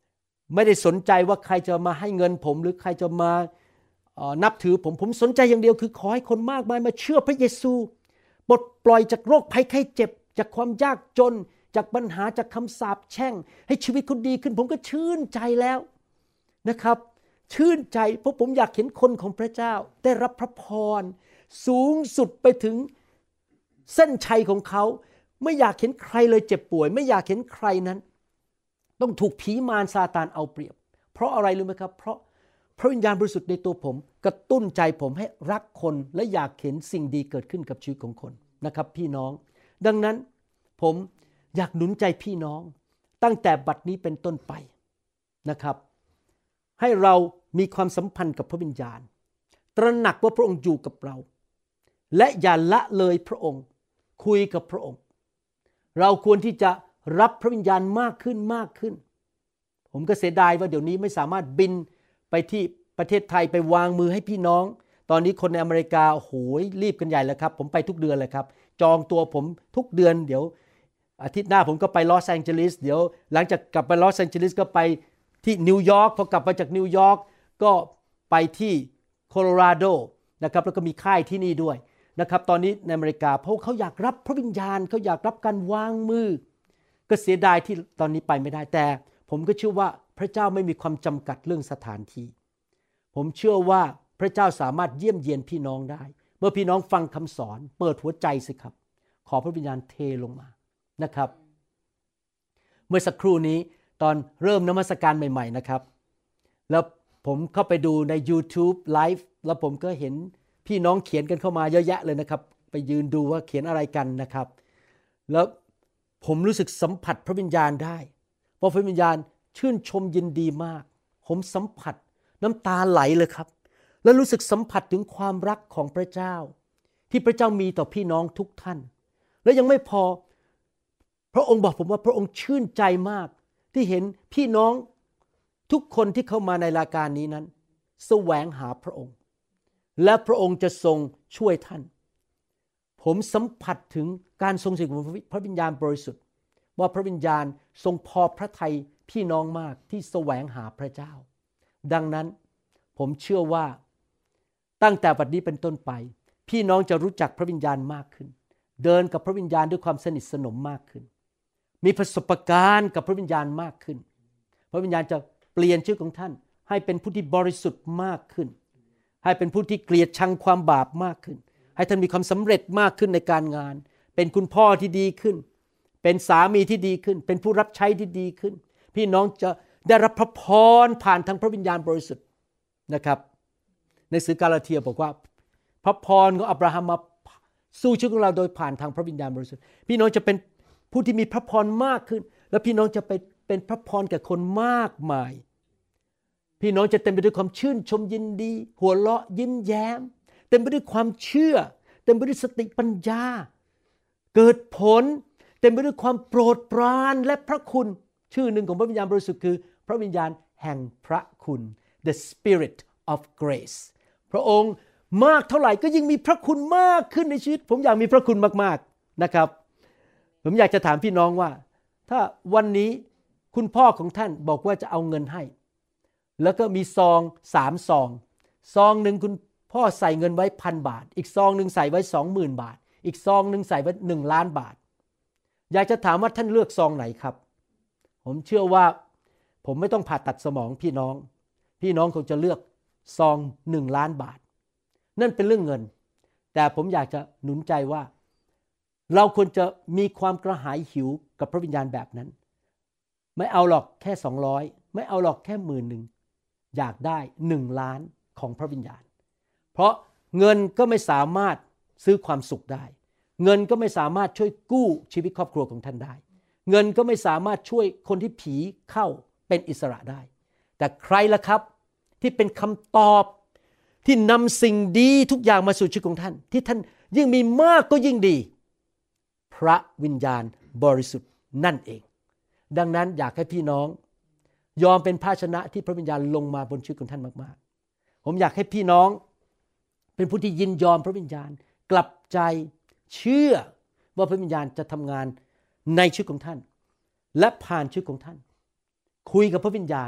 ไม่ได้สนใจว่าใครจะมาให้เงินผมหรือใครจะมานับถือผมสนใจอย่างเดียวคือขอให้คนมากมายมาเชื่อพระเยซูปลดปล่อยจากโรคภัยไข้เจ็บจากความยากจนจากปัญหาจากคำสาปแช่งให้ชีวิตเขาดีขึ้นผมก็ชื่นใจแล้วนะครับชื่นใจเพราะผมอยากเห็นคนของพระเจ้าได้รับพระพรสูงสุดไปถึงเส้นชัยของเขาไม่อยากเห็นใครเลยเจ็บป่วยไม่อยากเห็นใครนั้นต้องถูกผีมารซาตานเอาเปรียบเพราะอะไรรู้ไหมครับเพราะพระวิญญาณบริสุทธิ์ในตัวผมกระตุ้นใจผมให้รักคนและอยากเห็นสิ่งดีเกิดขึ้นกับชีวิตของคนนะครับพี่น้องดังนั้นผมอยากหนุนใจพี่น้องตั้งแต่บัดนี้เป็นต้นไปนะครับให้เรามีความสัมพันธ์กับพระวิญญาณตระหนักว่าพระองค์อยู่กับเราและอย่าละเลยพระองค์คุยกับพระองค์เราควรที่จะรับพระวิญญาณมากขึ้นมากขึ้นผมก็เสียดายว่าเดี๋ยวนี้ไม่สามารถบินไปที่ประเทศไทยไปวางมือให้พี่น้องตอนนี้คนในอเมริกาโอ้โหรีบกันใหญ่แล้วครับผมไปทุกเดือนเลยครับจองตัวผมทุกเดือนเดี๋ยวอาทิตย์หน้าผมก็ไปลอสแองเจลิสเดี๋ยวหลังจากกลับไปลอสแองเจลิสก็ไปที่นิวยอร์กพอกลับมาจากนิวยอร์กก็ไปที่โคโลราโดนะครับแล้วก็มีค่ายที่นี่ด้วยนะครับตอนนี้ในอเมริกาเพราะเขาอยากรับพระวิญญาณเขาอยากรับการวางมือก็เสียดายที่ตอนนี้ไปไม่ได้แต่ผมก็เชื่อว่าพระเจ้าไม่มีความจำกัดเรื่องสถานที่ผมเชื่อว่าพระเจ้าสามารถเยี่ยมเยียนพี่น้องได้เมื่อพี่น้องฟังคำสอนเปิดหัวใจสิครับขอพระวิญญาณเทลงมานะครับเมื่อสักครู่นี้ตอนเริ่มนมัสการใหม่ๆนะครับแล้วผมเข้าไปดูใน YouTube Live แล้วผมก็เห็นพี่น้องเขียนกันเข้ามาเยอะแยะเลยนะครับไปยืนดูว่าเขียนอะไรกันนะครับแล้วผมรู้สึกสัมผัสพระวิญญาณได้เพราะพระวิญญาณชื่นชมยินดีมากผมสัมผัสน้ำตาไหลเลยครับแล้วรู้สึกสัมผัสถึงความรักของพระเจ้าที่พระเจ้ามีต่อพี่น้องทุกท่านและยังไม่พอพระองค์บอกผมว่าพระองค์ชื่นใจมากที่เห็นพี่น้องทุกคนที่เข้ามาในรายการนี้นั้นแสวงหาพระองค์และพระองค์จะทรงช่วยท่านผมสัมผัสถึงการทรงสิทธิ์ของพระวิญญาณบริสุทธิ์ว่าพระวิญญาณทรงพอพระทัยพี่น้องมากที่แสวงหาพระเจ้าดังนั้นผมเชื่อว่าตั้งแต่บัดนี้เป็นต้นไปพี่น้องจะรู้จักพระวิญญาณมากขึ้นเดินกับพระวิญญาณด้วยความสนิทสนมมากขึ้นมีประสบการณ์กับพระวิญญาณมากขึ้นพระวิญญาณจะเปลี่ยนชีวิตของท่านให้เป็นผู้ที่บริสุทธิ์มากขึ้นให้เป็นผู้ที่เกลียดชังความบาปมากขึ้นให้ท่านมีความสำเร็จมากขึ้นในการงานเป็นคุณพ่อที่ดีขึ้นเป็นสามีที่ดีขึ้นเป็นผู้รับใช้ที่ดีขึ้นพี่น้องจะได้รับพระพรผ่านทางพระวิญญาณบริสุทธิ์นะครับในหนังสือกาลาเทียบอกว่าพระพรของอับราฮัมมาสู่ชีวิตของเราโดยผ่านทางพระวิญญาณบริสุทธิ์พี่น้องจะเป็นผู้ที่มีพระพรมากขึ้นและพี่น้องจะเป็นพระพรแก่คนมากมายพี่น้องจะเต็มไปด้วยความชื่นชมยินดีหัวเราะยิ้มแย้มเต็มไปด้วยความเชื่อเต็มไปด้วยสติปัญญาเกิดผลเต็มไปด้วยความโปรดปรานและพระคุณชื่อหนึ่งของพระวิญญาณบริสุทธิ์คือพระวิญญาณแห่งพระคุณ The Spirit of Grace พระองค์มากเท่าไหร่ก็ยิ่งมีพระคุณมากขึ้นในชีวิตผมอยากมีพระคุณมากๆนะครับผมอยากจะถามพี่น้องว่าถ้าวันนี้คุณพ่อของท่านบอกว่าจะเอาเงินให้แล้วก็มีซอง3ซองนึงคุณพ่อใส่เงินไว้ 1,000 บาทอีกซองนึงใส่ไว้ 20,000 บาทอีกซองนึงใส่ไว้1 ล้านบาทอยากจะถามว่าท่านเลือกซองไหนครับผมเชื่อว่าผมไม่ต้องผ่าตัดสมองพี่น้องคงจะเลือกซอง1 ล้านบาทนั่นเป็นเรื่องเงินแต่ผมอยากจะหนุนใจว่าเราควรจะมีความกระหายหิวกับพระวิญญาณแบบนั้นไม่เอาหรอกแค่200ไม่เอาหรอกแค่10,000อยากได้1 ล้านของพระวิญญาณเพราะเงินก็ไม่สามารถซื้อความสุขได้เงินก็ไม่สามารถช่วยกู้ชีวิตครอบครัวของท่านได้เงินก็ไม่สามารถช่วยคนที่ผีเข้าเป็นอิสระได้แต่ใครล่ะครับที่เป็นคำตอบที่นำสิ่งดีทุกอย่างมาสู่ชีวิตของท่านที่ท่านยิ่งมีมากก็ยิ่งดีพระวิญญาณบริสุทธิ์นั่นเองดังนั้นอยากให้พี่น้องยอมเป็นภาชนะที่พระวิญญาณลงมาบนชีวิตของท่านมากๆผมอยากให้พี่น้องเป็นผู้ที่ยินยอมพระวิญญาณกลับใจเชื่อว่าพระวิญญาณจะทำงานในชีวิตของท่านและผ่านชีวิตของท่านคุยกับพระวิญญาณ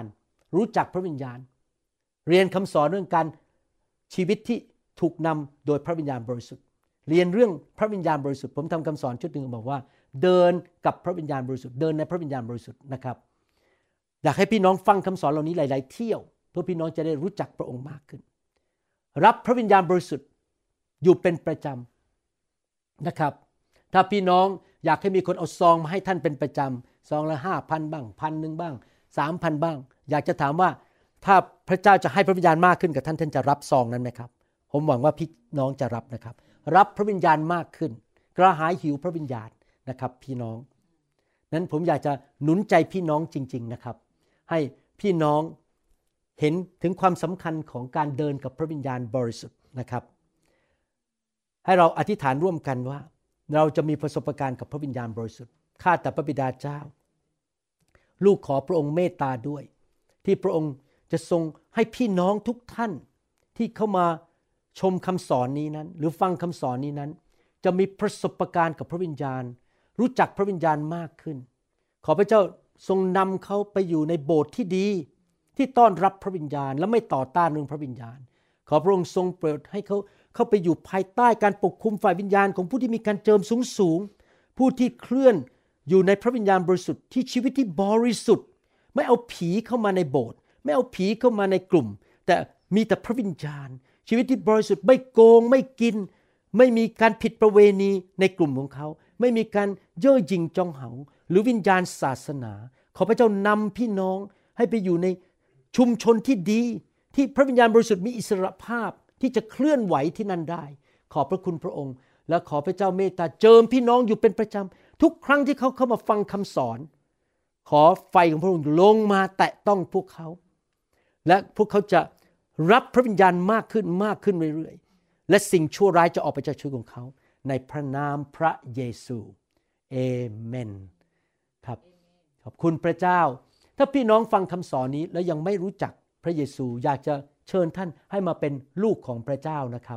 รู้จักพระวิญญาณเรียนคำสอนเรื่องการชีวิตที่ถูกนำโดยพระวิญญาณบริสุทธิ์เรียนเรื่องพระวิญญาณบริสุทธิ์ผมทำคำสอนชุดหนึ่งบอกว่าเดินกับพระวิญญาณบริสุทธิ์เดินในพระวิญญาณบริสุทธิ์นะครับอยากให้พี่น้องฟังคำสอนเหล่านี้หลายๆเที่ยวเพื่อพี่น้องจะได้รู้จักพระองค์มากขึ้นรับพระวิญญาณบริสุทธิ์อยู่เป็นประจำนะครับถ้าพี่น้องอยากให้มีคนเอาซองมาให้ท่านเป็นประจำซองละ 5,000 บ้าง 1,000 บ้าง 3,000 บ้างอยากจะถามว่าถ้าพระเจ้าจะให้พระวิญญาณมากขึ้นกับท่านท่านจะรับซองนั้นไหมครับผมหวังว่าพี่น้องจะรับนะครับรับพระวิญญาณมากขึ้นกระหายหิวพระวิญญาณนะครับพี่น้องนั้นผมอยากจะหนุนใจพี่น้องจริงๆนะครับให้พี่น้องเห็นถึงความสำคัญของการเดินกับพระวิญญาณบริสุทธิ์นะครับให้เราอธิษฐานร่วมกันว่าเราจะมีประสบการณ์กับพระวิญญาณบริสุทธิ์ข้าแต่พระบิดาเจ้าลูกขอพระองค์เมตตาด้วยที่พระองค์จะทรงให้พี่น้องทุกท่านที่เข้ามาชมคำสอนนี้นั้นหรือฟังคำสอนนี้นั้นจะมีประสบการณ์กับพระวิญญาณรู้จักพระวิญญาณมากขึ้นขอพระเจ้าทรงนำเขาไปอยู่ในโบสถ์ที่ดีที่ต้อนรับพระวิญญาณและไม่ต่อต้านเรื่องพระวิญญาณขอพระองค์ทรงโปรดให้เขาเข้าไปอยู่ภายใต้การปกคุมฝ่ายวิญญาณของผู้ที่มีการเจิมสูงผู้ที่เคลื่อนอยู่ในพระวิญญาณบริสุทธิ์ที่ชีวิตที่บริสุทธิ์ไม่เอาผีเข้ามาในโบสถ์ไม่เอาผีเข้ามาในกลุ่มแต่มีแต่พระวิญญาณชีวิตที่บริสุทธิ์ไม่โกงไม่กินไม่มีการผิดประเวณีในกลุ่มของเขาไม่มีการเย่อหยิ่งจองหองหรือวิญญาณศาสนาขอพระเจ้านำพี่น้องให้ไปอยู่ในชุมชนที่ดีที่พระวิญญาณบริสุทธิ์มีอิสรภาพที่จะเคลื่อนไหวที่นั่นได้ขอบพระคุณพระองค์และขอพระเจ้าเมตตาเจิมพี่น้องอยู่เป็นประจำทุกครั้งที่เขาเข้ามาฟังคำสอนขอไฟของพระองค์ลงมาแตะต้องพวกเขาและพวกเขาจะรับพระวิญญาณมากขึ้นมากขึ้นเรื่อยๆและสิ่งชั่วร้ายจะออกไปจากชีวิตของเขาในพระนามพระเยซูเอเมนครับขอบคุณพระเจ้าถ้าพี่น้องฟังคำสอนนี้แล้วยังไม่รู้จักพระเยซูอยากจะเชิญท่านให้มาเป็นลูกของพระเจ้านะครับ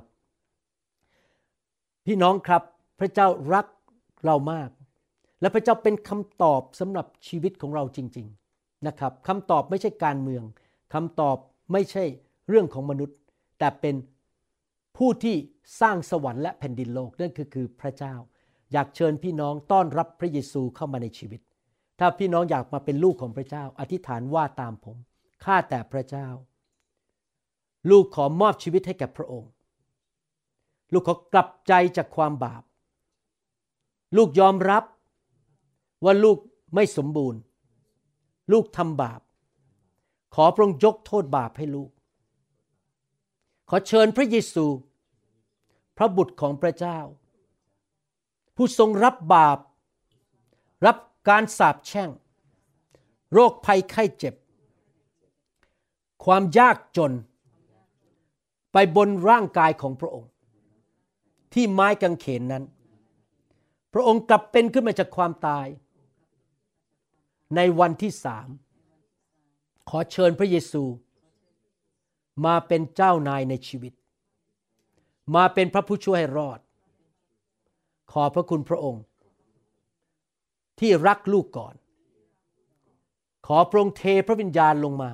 พี่น้องครับพระเจ้ารักเรามากและพระเจ้าเป็นคำตอบสำหรับชีวิตของเราจริงๆนะครับคำตอบไม่ใช่การเมืองคำตอบไม่ใช่เรื่องของมนุษย์แต่เป็นผู้ที่สร้างสวรรค์และแผ่นดินโลกนั่นคือพระเจ้าอยากเชิญพี่น้องต้อนรับพระเยซูเข้ามาในชีวิตถ้าพี่น้องอยากมาเป็นลูกของพระเจ้าอธิษฐานว่าตามผมข้าแต่พระเจ้าลูกขอมอบชีวิตให้แก่พระองค์ลูกขอกลับใจจากความบาปลูกยอมรับว่าลูกไม่สมบูรณ์ลูกทำบาปขอพระองค์ยกโทษบาปให้ลูกขอเชิญพระเยซูพระบุตรของพระเจ้าผู้ทรงรับบาปรับการสาปแช่งโรคภัยไข้เจ็บความยากจนไปบนร่างกายของพระองค์ที่ไม้กางเขนนั้นพระองค์กลับเป็นขึ้นมาจากความตายในวันที่3ขอเชิญพระเยซูมาเป็นเจ้านายในชีวิตมาเป็นพระผู้ช่วยให้รอดขอบพระคุณพระองค์ที่รักลูกก่อนขอพระองค์เทพระวิญญาณลงมา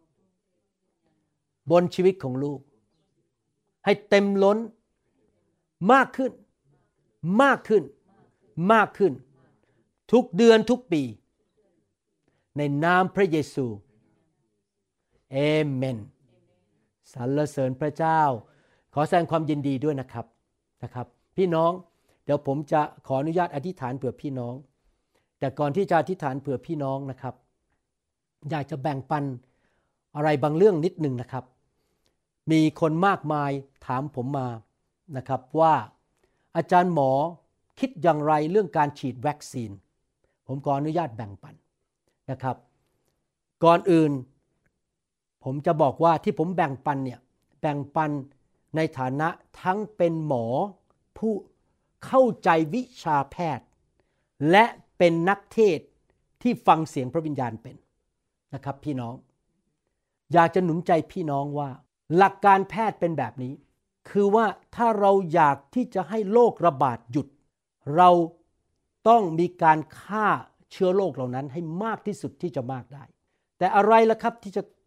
บนชีวิตของลูกให้เต็มล้นมากขึ้นมากขึ้นมากขึ้นทุกเดือนทุกปีในนามพระเยซูเอเมนสรรเสริญพระเจ้าขอแสดงความยินดีด้วยนะครับพี่น้องเดี๋ยวผมจะขออนุญาตอธิษฐานเผื่อพี่น้องแต่ก่อนที่จะอธิษฐานเผื่อพี่น้องนะครับอยากจะแบ่งปันอะไรบางเรื่องนิดนึงนะครับมีคนมากมายถามผมมานะครับว่าอาจารย์หมอคิดอย่างไรเรื่องการฉีดวัคซีนผมขออนุญาตแบ่งปันนะครับก่อนอื่นผมจะบอกว่าที่ผมแบ่งปันเนี่ยแบ่งปันในฐานะทั้งเป็นหมอผู้เข้าใจวิชาแพทย์และเป็นนักเทศน์ที่ฟังเสียงพระวิญญาณเป็นนะครับพี่น้องอยากจะหนุนใจพี่น้องว่าหลักการแพทย์เป็นแบบนี้คือว่าถ้าเราอยากที่จะให้โรคระบาดหยุดเราต้องมีการฆ่าเชื้อโรคเหล่านั้นให้มากที่สุดที่จะมากได้แต่อะไรล่ะครับที่จะ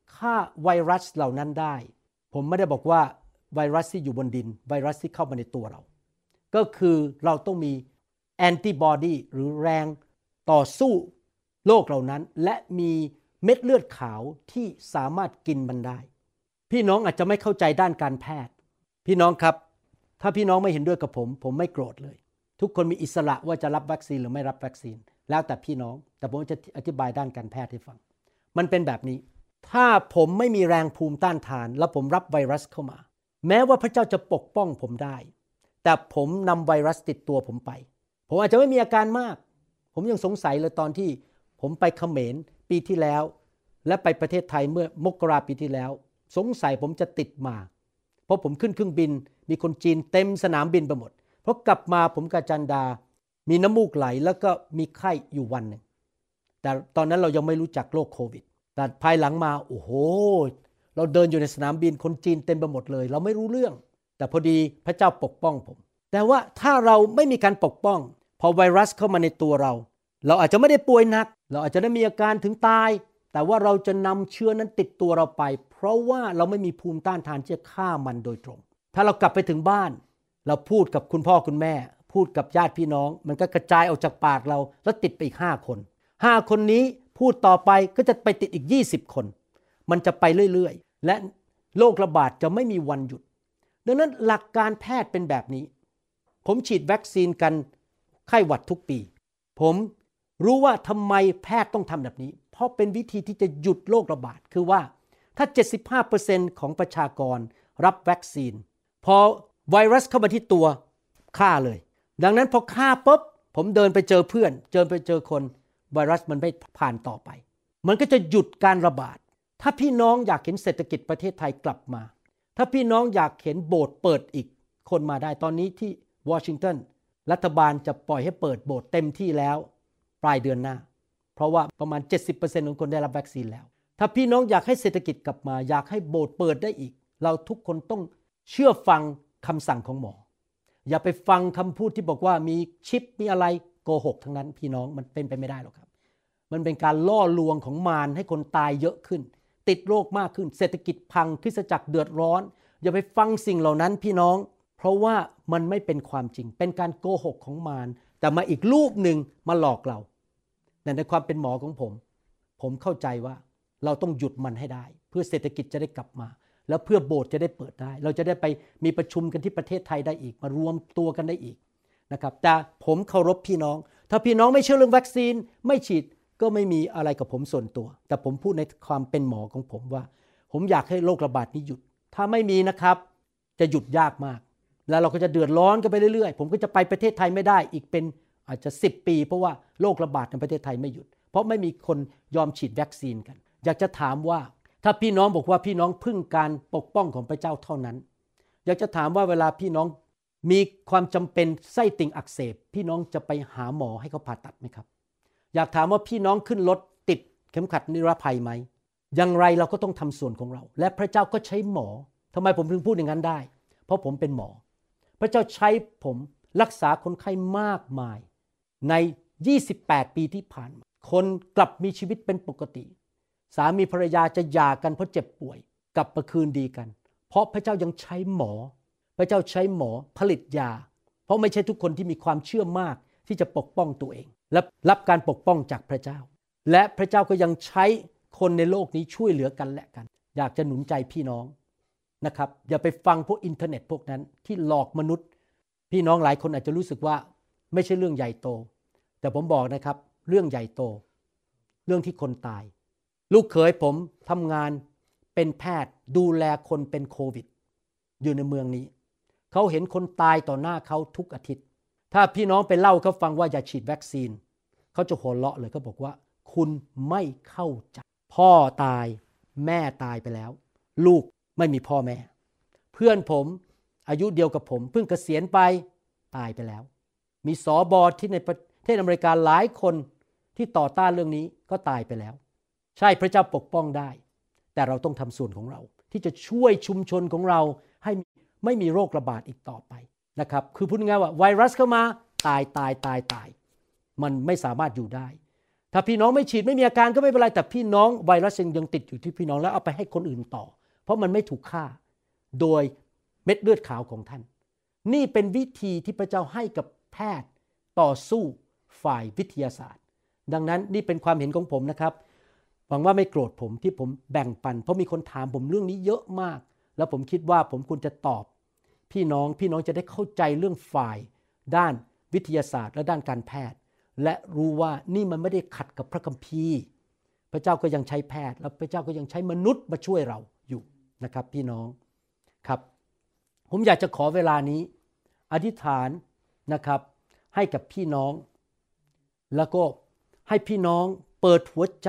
ฆ่าไวรัสเหล่านั้นได้ผมไม่ได้บอกว่าไวรัสที่อยู่บนดินไวรัสที่เข้ามาในตัวเราก็คือเราต้องมีแอนติบอดีหรือแรงต่อสู้โรคเหล่านั้นและมีเม็ดเลือดขาวที่สามารถกินมันได้พี่น้องอาจจะไม่เข้าใจด้านการแพทย์พี่น้องครับถ้าพี่น้องไม่เห็นด้วยกับผมไม่โกรธเลยทุกคนมีอิสระว่าจะรับวัคซีนหรือไม่รับวัคซีนแล้วแต่พี่น้องแต่ผมจะอธิบายด้านการแพทย์ให้ฟังมันเป็นแบบนี้ถ้าผมไม่มีแรงภูมิต้านทานแล้วผมรับไวรัสเข้ามาแม้ว่าพระเจ้าจะปกป้องผมได้แต่ผมนำไวรัสติดตัวผมไปผมอาจจะไม่มีอาการมากผมยังสงสัยเลยตอนที่ผมไปเขมรปีที่แล้วและไปประเทศไทยเมื่อมกราปีที่แล้วสงสัยผมจะติดมาเพราะผมขึ้นเครื่องบินมีคนจีนเต็มสนามบินไปหมดเพราะกลับมาผมกับจันดามีน้ำมูกไหลแล้วก็มีไข้อยู่วันหนึ่งแต่ตอนนั้นเรายังไม่รู้จักโรคโควิดแต่ภายหลังมาโอ้โหเราเดินอยู่ในสนามบินคนจีนเต็มไปหมดเลยเราไม่รู้เรื่องแต่พอดีพระเจ้าปกป้องผมแต่ว่าถ้าเราไม่มีการปกป้องพอไวรัสเข้ามาในตัวเราอาจจะไม่ได้ป่วยหนักเราอาจจะได้มีอาการถึงตายแต่ว่าเราจะนำเชื้อนั้นติดตัวเราไปเพราะว่าเราไม่มีภูมิต้านทานที่จะฆ่ามันโดยตรงถ้าเรากลับไปถึงบ้านเราพูดกับคุณพ่อคุณแม่พูดกับญาติพี่น้องมันก็กระจายออกจากปากเราแล้วติดไปอีก5 คน5 คนนี้พูดต่อไปก็จะไปติดอีก20 คนมันจะไปเรื่อยๆและโรคระบาดจะไม่มีวันหยุดดังนั้นหลักการแพทย์เป็นแบบนี้ผมฉีดวัคซีนกันไข้หวัดทุกปีผมรู้ว่าทำไมแพทย์ต้องทำแบบนี้เพราะเป็นวิธีที่จะหยุดโรคระบาดคือว่าถ้า 75% ของประชากรรับวัคซีนพอไวรัสเข้ามาที่ตัวฆ่าเลยดังนั้นพอฆ่าปุ๊บผมเดินไปเจอเพื่อนไปเจอคนไวรัสมันไม่ผ่านต่อไปมันก็จะหยุดการระบาดถ้าพี่น้องอยากเห็นเศรษฐกิจประเทศไทยกลับมาถ้าพี่น้องอยากเห็นโบสถ์เปิดอีกคนมาได้ตอนนี้ที่วอชิงตันรัฐบาลจะปล่อยให้เปิดโบสถ์เต็มที่แล้วปลายเดือนหน้าเพราะว่าประมาณ 70% ของคนได้รับวัคซีนแล้วถ้าพี่น้องอยากให้เศรษฐกิจกลับมาอยากให้โบสถ์เปิดได้อีกเราทุกคนต้องเชื่อฟังคำสั่งของหมออย่าไปฟังคำพูดที่บอกว่ามีชิปมีอะไรโกหกทั้งนั้นพี่น้องมันเป็นไปไม่ได้หรอกครับมันเป็นการล่อลวงของมารให้คนตายเยอะขึ้นติดโรคมากขึ้นเศรษฐกิจพังคริสตจักรเดือดร้อนอย่าไปฟังสิ่งเหล่านั้นพี่น้องเพราะว่ามันไม่เป็นความจริงเป็นการโกหกของมารแต่มาอีกรูปหนึ่งมาหลอกเราแต่ในความเป็นหมอของผมเข้าใจว่าเราต้องหยุดมันให้ได้เพื่อเศรษฐกิจจะได้กลับมาแล้วเพื่อโบสถ์จะได้เปิดได้เราจะได้ไปมีประชุมกันที่ประเทศไทยได้อีกมารวมตัวกันได้อีกนะครับแต่ผมเคารพพี่น้องถ้าพี่น้องไม่เชื่อเรื่องวัคซีนไม่ฉีดก็ไม่มีอะไรกับผมส่วนตัวแต่ผมพูดในความเป็นหมอของผมว่าผมอยากให้โรคระบาดนี้หยุดถ้าไม่มีนะครับจะหยุดยากมากแล้วเราก็จะเดือดร้อนกันไปเรื่อยๆผมก็จะไปประเทศไทยไม่ได้อีกเป็นอาจจะ10 ปีเพราะว่าโรคระบาดในประเทศไทยไม่หยุดเพราะไม่มีคนยอมฉีดวัคซีนกันอยากจะถามว่าถ้าพี่น้องบอกว่าพี่น้องพึ่งการปกป้องของพระเจ้าเท่านั้นอยากจะถามว่าเวลาพี่น้องมีความจำเป็นไส้ติ่งอักเสบพี่น้องจะไปหาหมอให้เขาผ่าตัดไหมครับอยากถามว่าพี่น้องขึ้นรถติดเข็มขัดนิรภัยไหมอย่างไรเราก็ต้องทำส่วนของเราและพระเจ้าก็ใช้หมอทำไมผมถึงพูดอย่างนั้นได้เพราะผมเป็นหมอพระเจ้าใช้ผมรักษาคนไข้มากมายใน28 ปีที่ผ่านมาคนกลับมีชีวิตเป็นปกติสามีภรรยาจะหย่ากันเพราะเจ็บป่วยกลับมาคืนดีกันเพราะพระเจ้ายังใช้หมอพระเจ้าใช้หมอผลิตยาเพราะไม่ใช่ทุกคนที่มีความเชื่อมากที่จะปกป้องตัวเองและรับการปกป้องจากพระเจ้าและพระเจ้าก็ยังใช้คนในโลกนี้ช่วยเหลือกันและกันอยากจะหนุนใจพี่น้องนะครับอย่าไปฟังพวกอินเทอร์เน็ตพวกนั้นที่หลอกมนุษย์พี่น้องหลายคนอาจจะรู้สึกว่าไม่ใช่เรื่องใหญ่โตแต่ผมบอกนะครับเรื่องใหญ่โตเรื่องที่คนตายลูกเขยผมทำงานเป็นแพทย์ดูแลคนเป็นโควิดอยู่ในเมืองนี้เขาเห็นคนตายต่อหน้าเขาทุกอาทิตย์ถ้าพี่น้องไปเล่าเขาฟังว่าอย่าฉีดวัคซีนเขาจะหัวเราะเลยเขาบอกว่าคุณไม่เข้าใจพ่อตายแม่ตายไปแล้วลูกไม่มีพ่อแม่เพื่อนผมอายุเดียวกับผมเพิ่งเกษียณไปตายไปแล้วมีสบที่ในประเทศอเมริกาหลายคนที่ต่อต้านเรื่องนี้ก็ตายไปแล้วใช่พระเจ้าปกป้องได้แต่เราต้องทำส่วนของเราที่จะช่วยชุมชนของเราให้ไม่มีโรคระบาดอีกต่อไปนะครับคือพูดง่ายๆว่าไวรัสเข้ามาตายมันไม่สามารถอยู่ได้ถ้าพี่น้องไม่ฉีดไม่มีอาการก็ไม่เป็นไรแต่พี่น้องไวรัสยังติดอยู่ที่พี่น้องแล้วเอาไปให้คนอื่นต่อเพราะมันไม่ถูกฆ่าโดยเม็ดเลือดขาวของท่านนี่เป็นวิธีที่พระเจ้าให้กับแพทย์ต่อสู้ฝ่ายวิทยาศาสตร์ดังนั้นนี่เป็นความเห็นของผมนะครับหวังว่าไม่โกรธผมที่ผมแบ่งปันเพราะมีคนถามผมเรื่องนี้เยอะมากแล้วผมคิดว่าผมควรจะตอบพี่น้องจะได้เข้าใจเรื่องฝ่ายด้านวิทยาศาสตร์และด้านการแพทย์และรู้ว่านี่มันไม่ได้ขัดกับพระคัมภีร์พระเจ้าก็ยังใช้แพทย์แล้วพระเจ้าก็ยังใช้มนุษย์มาช่วยเราอยู่นะครับพี่น้องครับผมอยากจะขอเวลานี้อธิษฐานนะครับให้กับพี่น้องแล้วก็ให้พี่น้องเปิดหัวใจ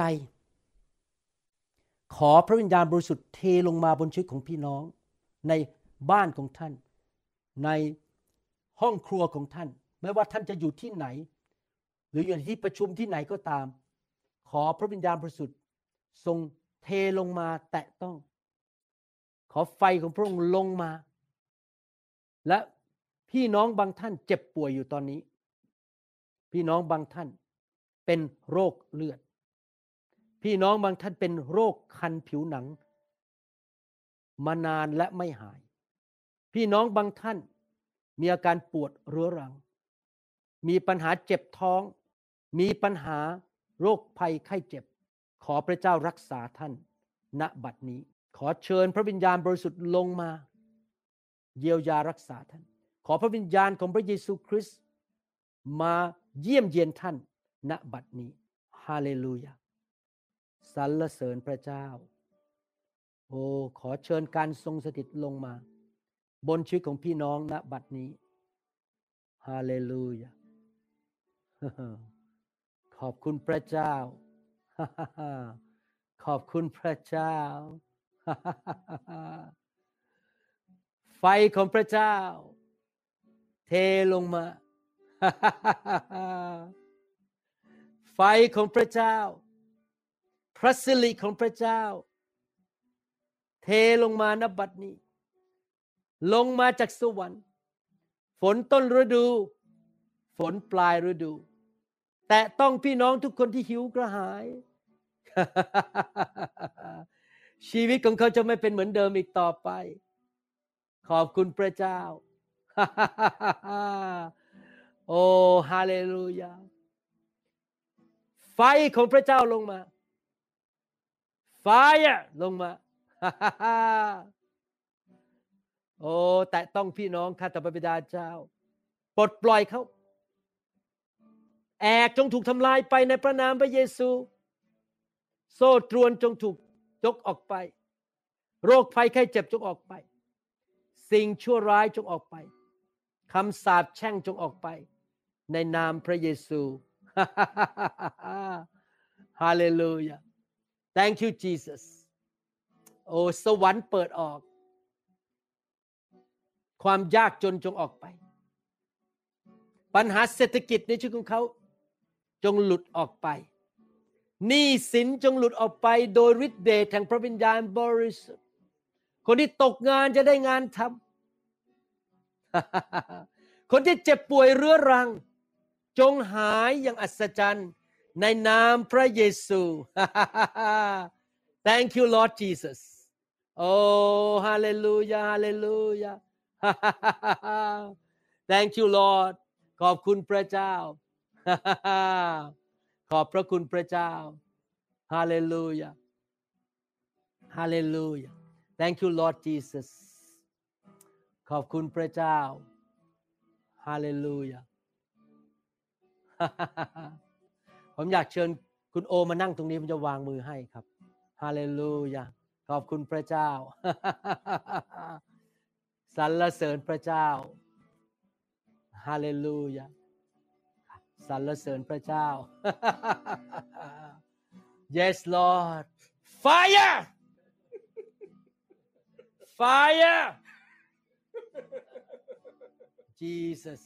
ขอพระวิญญาณบริสุทธิ์เทลงมาบนชีวิตของพี่น้องในบ้านของท่านในห้องครัวของท่านไม่ว่าท่านจะอยู่ที่ไหนหรืออยู่ในที่ประชุมที่ไหนก็ตามขอพระวิญญาณบริสุทธิ์ทรงเทลงมาแตะต้องขอไฟของพระองค์ลงมาและพี่น้องบางท่านเจ็บป่วยอยู่ตอนนี้พี่น้องบางท่านเป็นโรคเลือดพี่น้องบางท่านเป็นโรคคันผิวหนังมานานและไม่หายพี่น้องบางท่านมีอาการปวดเรื้อรังมีปัญหาเจ็บท้องมีปัญหาโรคภัยไข้เจ็บขอพระเจ้ารักษาท่านณบัดนี้ขอเชิญพระวิญญาณบริสุทธิ์ลงมาเยียวยารักษาท่านขอพระวิญญาณของพระเยซูคริสต์มาเยี่ยมเยียนท่านณบัดนี้ฮาเลลูยาสรรเสริญพระเจ้าโอ้ขอเชิญการทรงสถิตลงมาบนชีวิตของพี่น้องณบัดนี้ฮาเลลูยาขอบคุณพระเจ้าขอบคุณพระเจ้าไฟของพระเจ้าเทลงมาไฟของพระเจ้าพระสิริของพระเจ้าเทลงมาณบัดนี้ลงมาจากสวรรค์ฝนต้นฤดูฝนปลายฤดูแต่ต้องพี่น้องทุกคนที่หิวกระหาย ชีวิตของเขาจะไม่เป็นเหมือนเดิมอีกต่อไปขอบคุณพระเจ้า โอ้ฮาเลลูยาไฟของพระเจ้าลงมาไฟลงมา โอ้แต่ต้องพี่น้องข้าแต่พระบิดาเจ้าปลดปล่อยเขาแอกจงถูกทำลายไปในพระนามพระเยซูโซ่ตรวนจงถูกยกออกไปโรคภัยไข้เจ็บจงออกไปสิ่งชั่วร้ายจงออกไปคำสาปแช่งจงออกไปในนามพระเยซู ฮาเลลูยา Thank you Jesus โอ้สวรรค์เปิดออกความยากจนจงออกไปปัญหาเศรษฐกิจในชีวิตของเขาจงหลุดออกไปหนี้สินจงหลุดออกไปโดยฤทธิ์เดชแห่งพระวิญญาณบริสุทธิ์คนที่ตกงานจะได้งานทำ คนที่เจ็บป่วยเรื้อรังจงหายอย่างอัศจรรย์ในนามพระเยซู Thank you Lord Jesus โอ้ hallelujah hallelujah Thank you Lord ขอบคุณพระเจ้า ขอบพระคุณพระเจ้า Hallelujah Hallelujah Thank you Lord Jesus ขอบคุณพระเจ้า Hallelujah ผมอยากเชิญคุณโอมานั่งตรงนี้ผมจะวางมือให้ครับ Hallelujah ขอบคุณพระเจ้า สรรเสริญพระเจ้า Hallelujah สรรเสริญพระเจ้า Yes Lord Fire Fire Jesus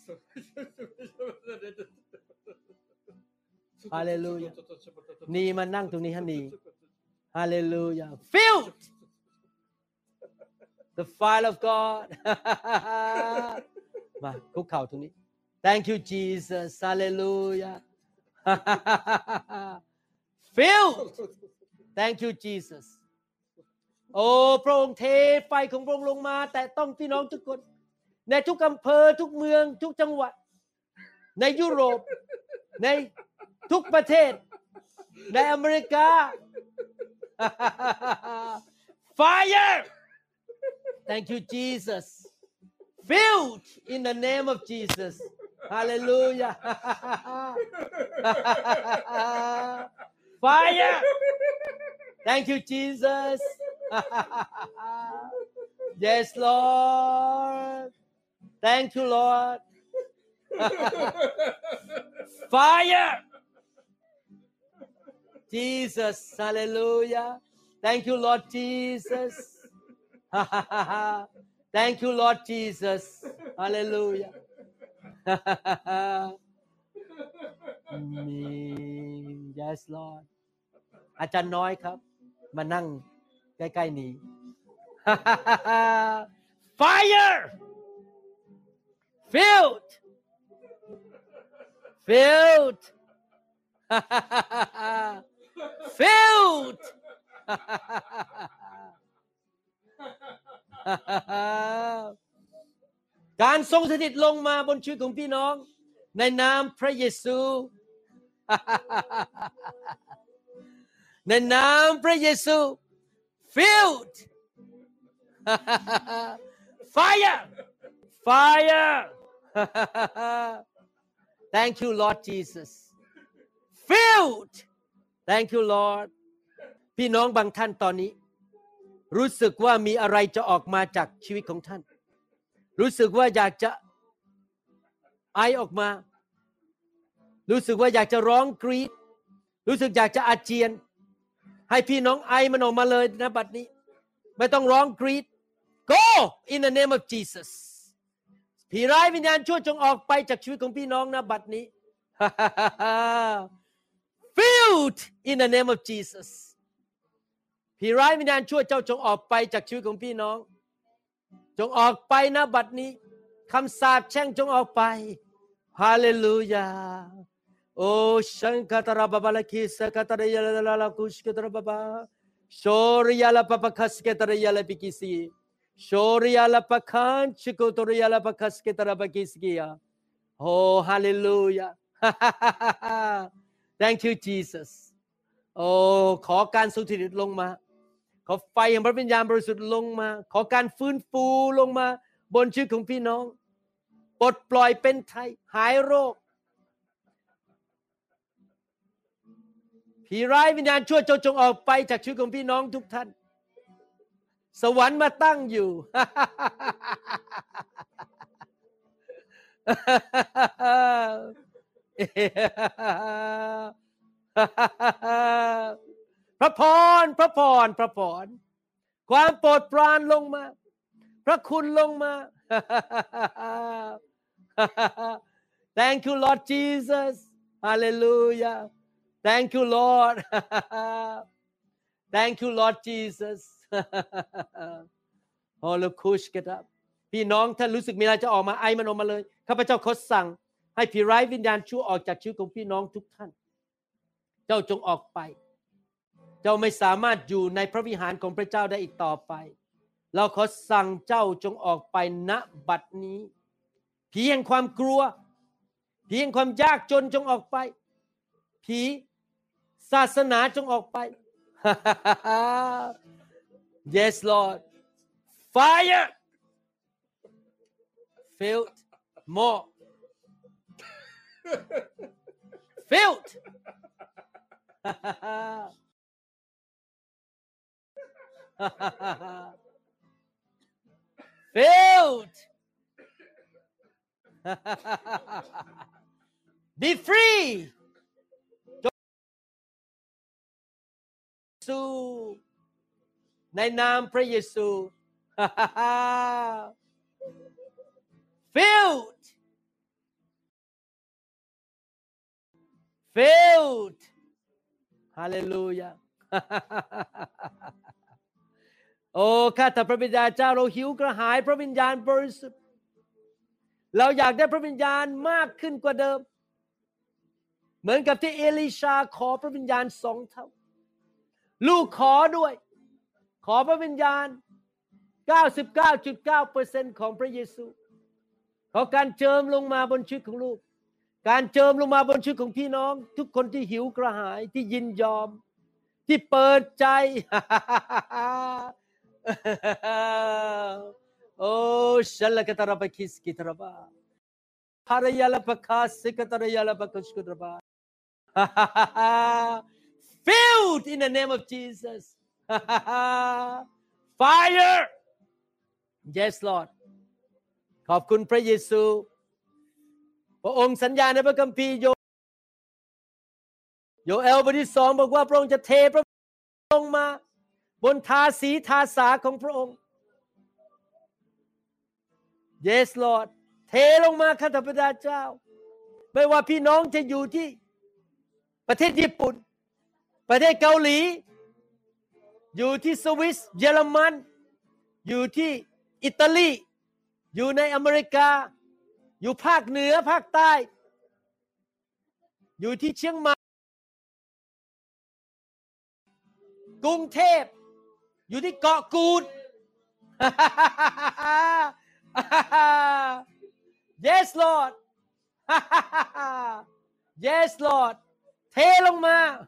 Hallelujah นี่มานั่งตรงนี้ฮะนี่ Hallelujah Filled The fire of God มาคุกเข่าตรงนี้ Thank you Jesus Hallelujah filled thank you Jesus โอ้พระองค์เทไฟของพระองค์ลงมาแต่ต้องพี่น้องทุกคนในทุกอำเภอทุกเมืองทุกจังหวัดในยุโรปในทุกประเทศในอเมริกา fire thank you Jesus filled in the name of Jesus hallelujah fire thank you Jesus yes Lord thank you Lord fire Jesus hallelujah thank you Lord Jesus thank you Lord Jesus hallelujah yes Lord อาจารย์น้อยครับมานั่งใกล้ๆนี้ fire filled filled filled การทรงสถิตลงมาบนชีวิตของพี่น้องในนามพระเยซู ในนามพระเยซู filled fire fire thank you Lord Jesus filled thank you Lord พี่น้องบางท่านตอนนี้รู้สึกว่ามีอะไรจะออกมาจากชีวิตของท่านรู้สึกว่าอยากจะไอออกมารู้สึกว่าอยากจะร้องกรีดรู้สึกอยากจะอาเจียนให้พี่น้องไอมันออกมาเลยนะบัดนี้ไม่ต้องร้องกรีด go in the name of Jesus ผีร้ายวิญญาณชั่วจงออกไปจากชีวิตของพี่น้องนะบัดนี้ filled in the name of Jesus ผีร้ายวิญญาณชั่วเจ้าจงออกไปจากชีวิตของพี่น้องจงออกไปนะบัดนี้คำสาปแช่งจงออกไปฮาเลลูยาโอชังคาตราบาบาลาคิสคาตระยาลาลาคุชคาตระบาบาโชริยาลาปะปะคัสคาตระยาลาปิกิซีโชริยาลาปะคันชิโกตระยาลาปะคัสคาตระบากิสกียาโอฮาเลลูยา thank you Jesus โอ้ขอการทรงสถิตลงมาขอไฟแห่งพระวิญญาณบริสุทธิ์ลงมาขอการฟื้นฟูลงมาบนชีวิตของพี่น้องปลดปล่อยเป็นไทยหายโรคผีร้ายวิญญาณชั่วจงออกไปจากชีวิตของพี่น้องทุกท่านสวรรค์มาตั้งอยู่ พระพรพระพรพระพรความโปรดปรานลงมาพระคุณลงมา Thank you Lord Jesus Hallelujah Thank you Lord Thank you Lord Jesus โอ้ลูกคุชกันครับพี่น้องท่านรู้สึกมีอะไรจะออกมาไอมันออกมาเลยข้าพเจ้าขอสั่งให้ผีร้ายวิญญาณชั่วออกจากชีวิตของพี่น้องทุกท่านเจ้าจงออกไปเจ้าไม่สามารถอยู่ในพระวิหารของพระเจ้าได้อีกต่อไปเราขอสั่งเจ้าจงออกไปณบัดนี้ผีแห่งความกลัวผีแห่งความยากจนจงออกไปผีศาสนาจงออกไป Yes Lord Fire Filled More Filled Filled Be free ในนามพระเยซู Filled Filled Hallelujah โอ้ข้าแต่พระบิดาเจ้าเราหิวกระหายพระวิญญาณบริสุทธิ์เราอยากได้พระวิญญาณมากขึ้นกว่าเดิมเหมือนกับที่เอลีชาขอพระวิญญาณ2 เท่าลูกขอด้วยขอพระวิญญาณ 99.9% ของพระเยซูขอการเจิมลงมาบนชีวิตของลูกการเจิมลงมาบนชีวิตของพี่น้องทุกคนที่หิวกระหายที่ยินยอมที่เปิดใจ โอ้ชัลลกตระบะคิสกิตระบะภารยาลปะคาสิกตระยาลปะกุชกุตระบะ filled in the name of Jesus fire yes Lord ขอบคุณพระเยซูพระองค์สัญญาในพระคัมภีร์โยเอลบทที่ 2บอกว่าพระองค์จะเทพระองค์มาบนทาสีทาสาของพระองค์ yes Lord เทลงมาข้าแต่พระเจ้าไม่ว่าพี่น้องจะอยู่ที่ประเทศญี่ปุ่นประเทศเกาหลีอยู่ที่สวิสเยอรมันอยู่ที่อิตาลีอยู่ในอเมริกาอยู่ภาคเหนือภาคใต้อยู่ที่เชียงใหม่กรุงเทพอยู่ที่เกาะกูด yes Lord yes Lord เทลงมา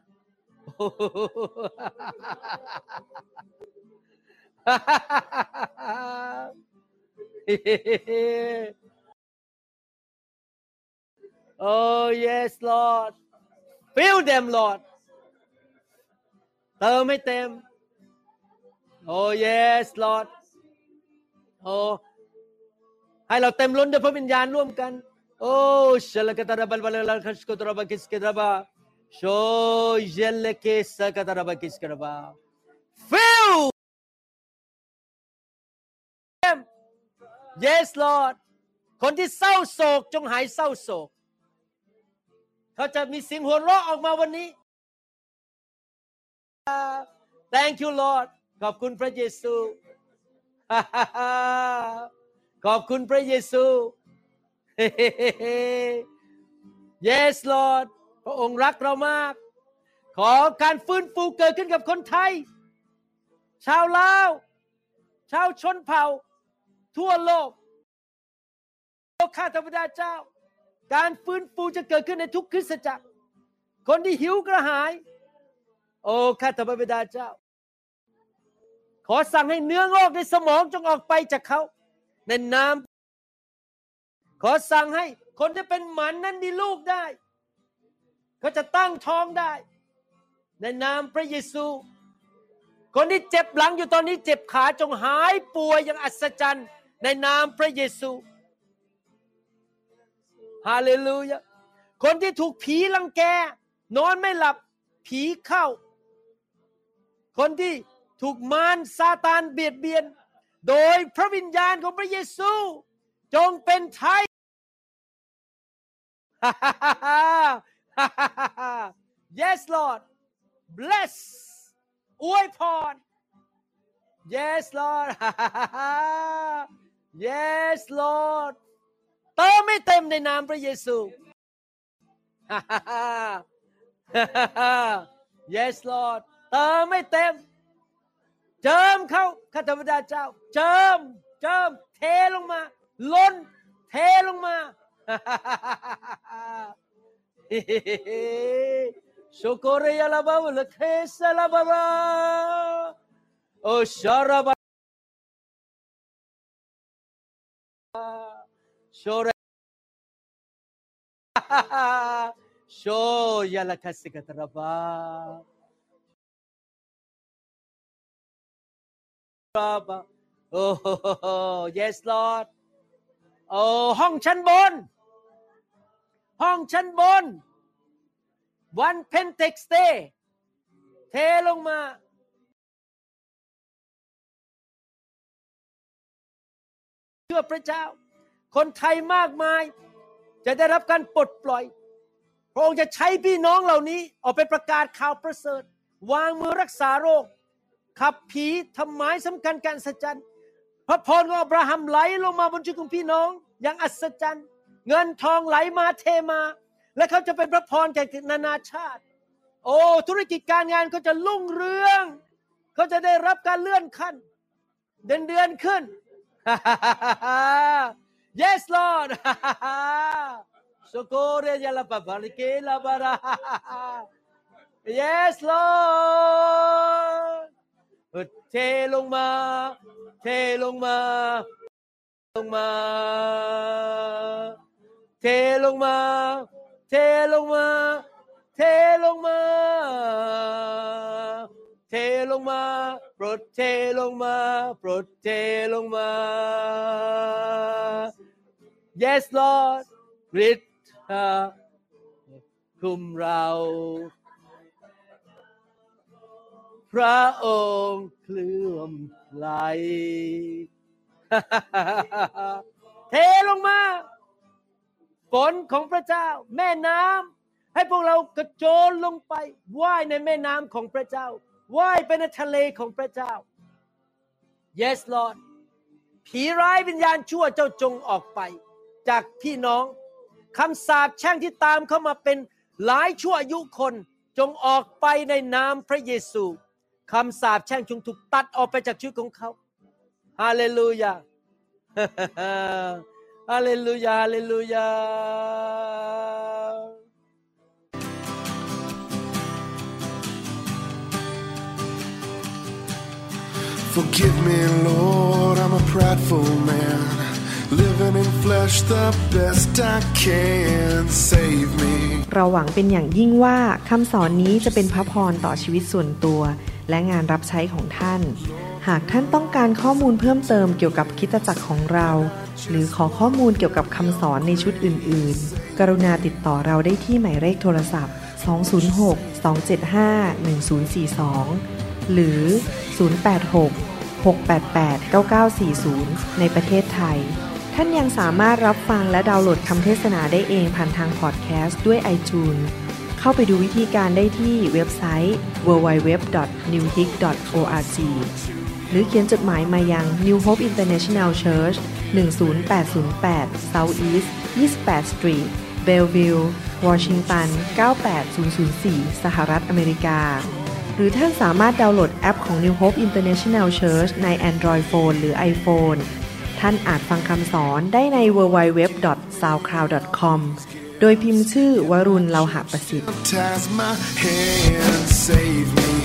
oh yes Lord fill them Lord เติมให้เต็ม oh yes Lord โอ้ให้เราเต็มล้นด้วยพระวิญญาณร่วมกันโอ้ชัลกตระบัลบัลลัลคัชกตระบะกิสกตระบะโชเจลเคสกตระบะกิสกตระบะ fill them yes Lord คนที่เศร้าโศกจงหายเศร้าโศกเขาจะมีเสียงหัวเราะออกมาวันนี้ thank you Lord ขอบคุณพระเยซู ขอบคุณพระเยซู yes Lord พระองค์รักเรามากขอการฟื้นฟูเกิดขึ้นกับคนไทยชาวลาวชาวชนเผ่าทั่วโลกข้าแต่พระเจ้าการฟื้นฟูจะเกิดขึ้นในทุกคริสตจักรคนที่หิวกระหายโอ้ข้าแต่พระบิดาเจ้าขอสั่งให้เนื้องอกในสมองจงออกไปจากเขาในนามขอสั่งให้คนที่เป็นหมันนั้นมีลูกได้เขาจะตั้งท้องได้ในนามพระเยซูคนที่เจ็บหลังอยู่ตอนนี้เจ็บขาจงหายป่วยอย่างอัศจรรย์ในนามพระเยซูฮาเลลูยาคนที่ถูกผีรังแกนอนไม่หลับผีเข้าคนที่ถูกมารซาตานเบียดเบียนโดยพระวิญญาณของพระเยซูจงเป็นไทย yes Lord bless อวยพร yes Lord yes Lord เติมไม่เต็มในนามพระเยซู yes Lord เติมไม่เต็มเจิมเขาข้าแต่พระเจ้าเจิมเทลงมาล้นเทลงมา โชโกเรียลาบาวลเคสลาบาราโอชาราบาโชเรโชยาลาคัสกตระบาโอ้ yes Lord โอ้ห้องชั้นบนวันเพนเทคสเตย์เทลงมาเชื่อพระเจ้าคนไทยมากมายจะได้รับการปลดปล่อยพระองค์จะใช้พี่น้องเหล่านี้ออกไปประกาศข่าวประเสริฐวางมือรักษาโรคขับผีทำหมายสำคัญการอัศจรรย์พระพรของอับราฮัมไหลลงมาบนชีวิตของพี่น้องอย่างอัศจรรย์เงินทองไหลมาเทมาและเขาจะเป็นพระพรแก่นานาชาติโอ้ธุรกิจการงานเขาจะรุ่งเรืองเขาจะได้รับการเลื่อนขั้นเดือนขึ้น Yes Lord โซโกเรยาลาปะบาลิเกลาบารา Yes Lord เทลงมาเทลงมาลงมาเทลงมาเทลงมาเทลงมาเทลงมาโปรดเทลงมาโปรดเทลงมา Yes Lord ฤทธิ์คุมเราพระองค์เคลื่อนไหล เทลงมาฝนของพระเจ้าแม่น้ำให้พวกเรากระโจนลงไปว่ายในแม่น้ำของพระเจ้าว่ายไปในทะเลของพระเจ้า Yes Lord ผีร้ายวิญญาณชั่วเจ้าจงออกไปจากพี่น้องคำสาปแช่งที่ตามเข้ามาเป็นหลายชั่วอายุคนจงออกไปในนามพระเยซูคำสาปแช่งจงถูกตัดออกไปจากชีวิตของเขาฮาเลลูยา ฮาเลลูยาฮาเลลูยา Forgive me, Lord, I'm a prideful man, living in flesh the best I can. Save me. เราหวังเป็นอย่างยิ่งว่าคำสอนนี้จะเป็นพระพรต่อชีวิตส่วนตัวและงานรับใช้ของท่านหากท่านต้องการข้อมูลเพิ่มเติมเกี่ยวกับคริสตจักรของเราหรือขอข้อมูลเกี่ยวกับคำสอนในชุดอื่นๆกรุณาติดต่อเราได้ที่หมายเลขโทรศัพท์206-275-1042หรือ086-688-9940ในประเทศไทยท่านยังสามารถรับฟังและดาวน์โหลดคำเทศนาได้เองผ่านทางพอดแคสต์ด้วย iTunes เข้าไปดูวิธีการได้ที่เว็บไซต์ www.newhope.org หรือเขียนจดหมายมายัง New Hope International Church 10808 South East 28 Street Bellevue Washington 98004 สหรัฐอเมริกาหรือท่านสามารถดาวน์โหลดแอปของ New Hope International Church ใน Android Phone หรือ iPhone ท่านอาจฟังคำสอนได้ใน www.soundcloud.com โดยพิมพ์ชื่อวรุณ เลาหะประสิทธิ์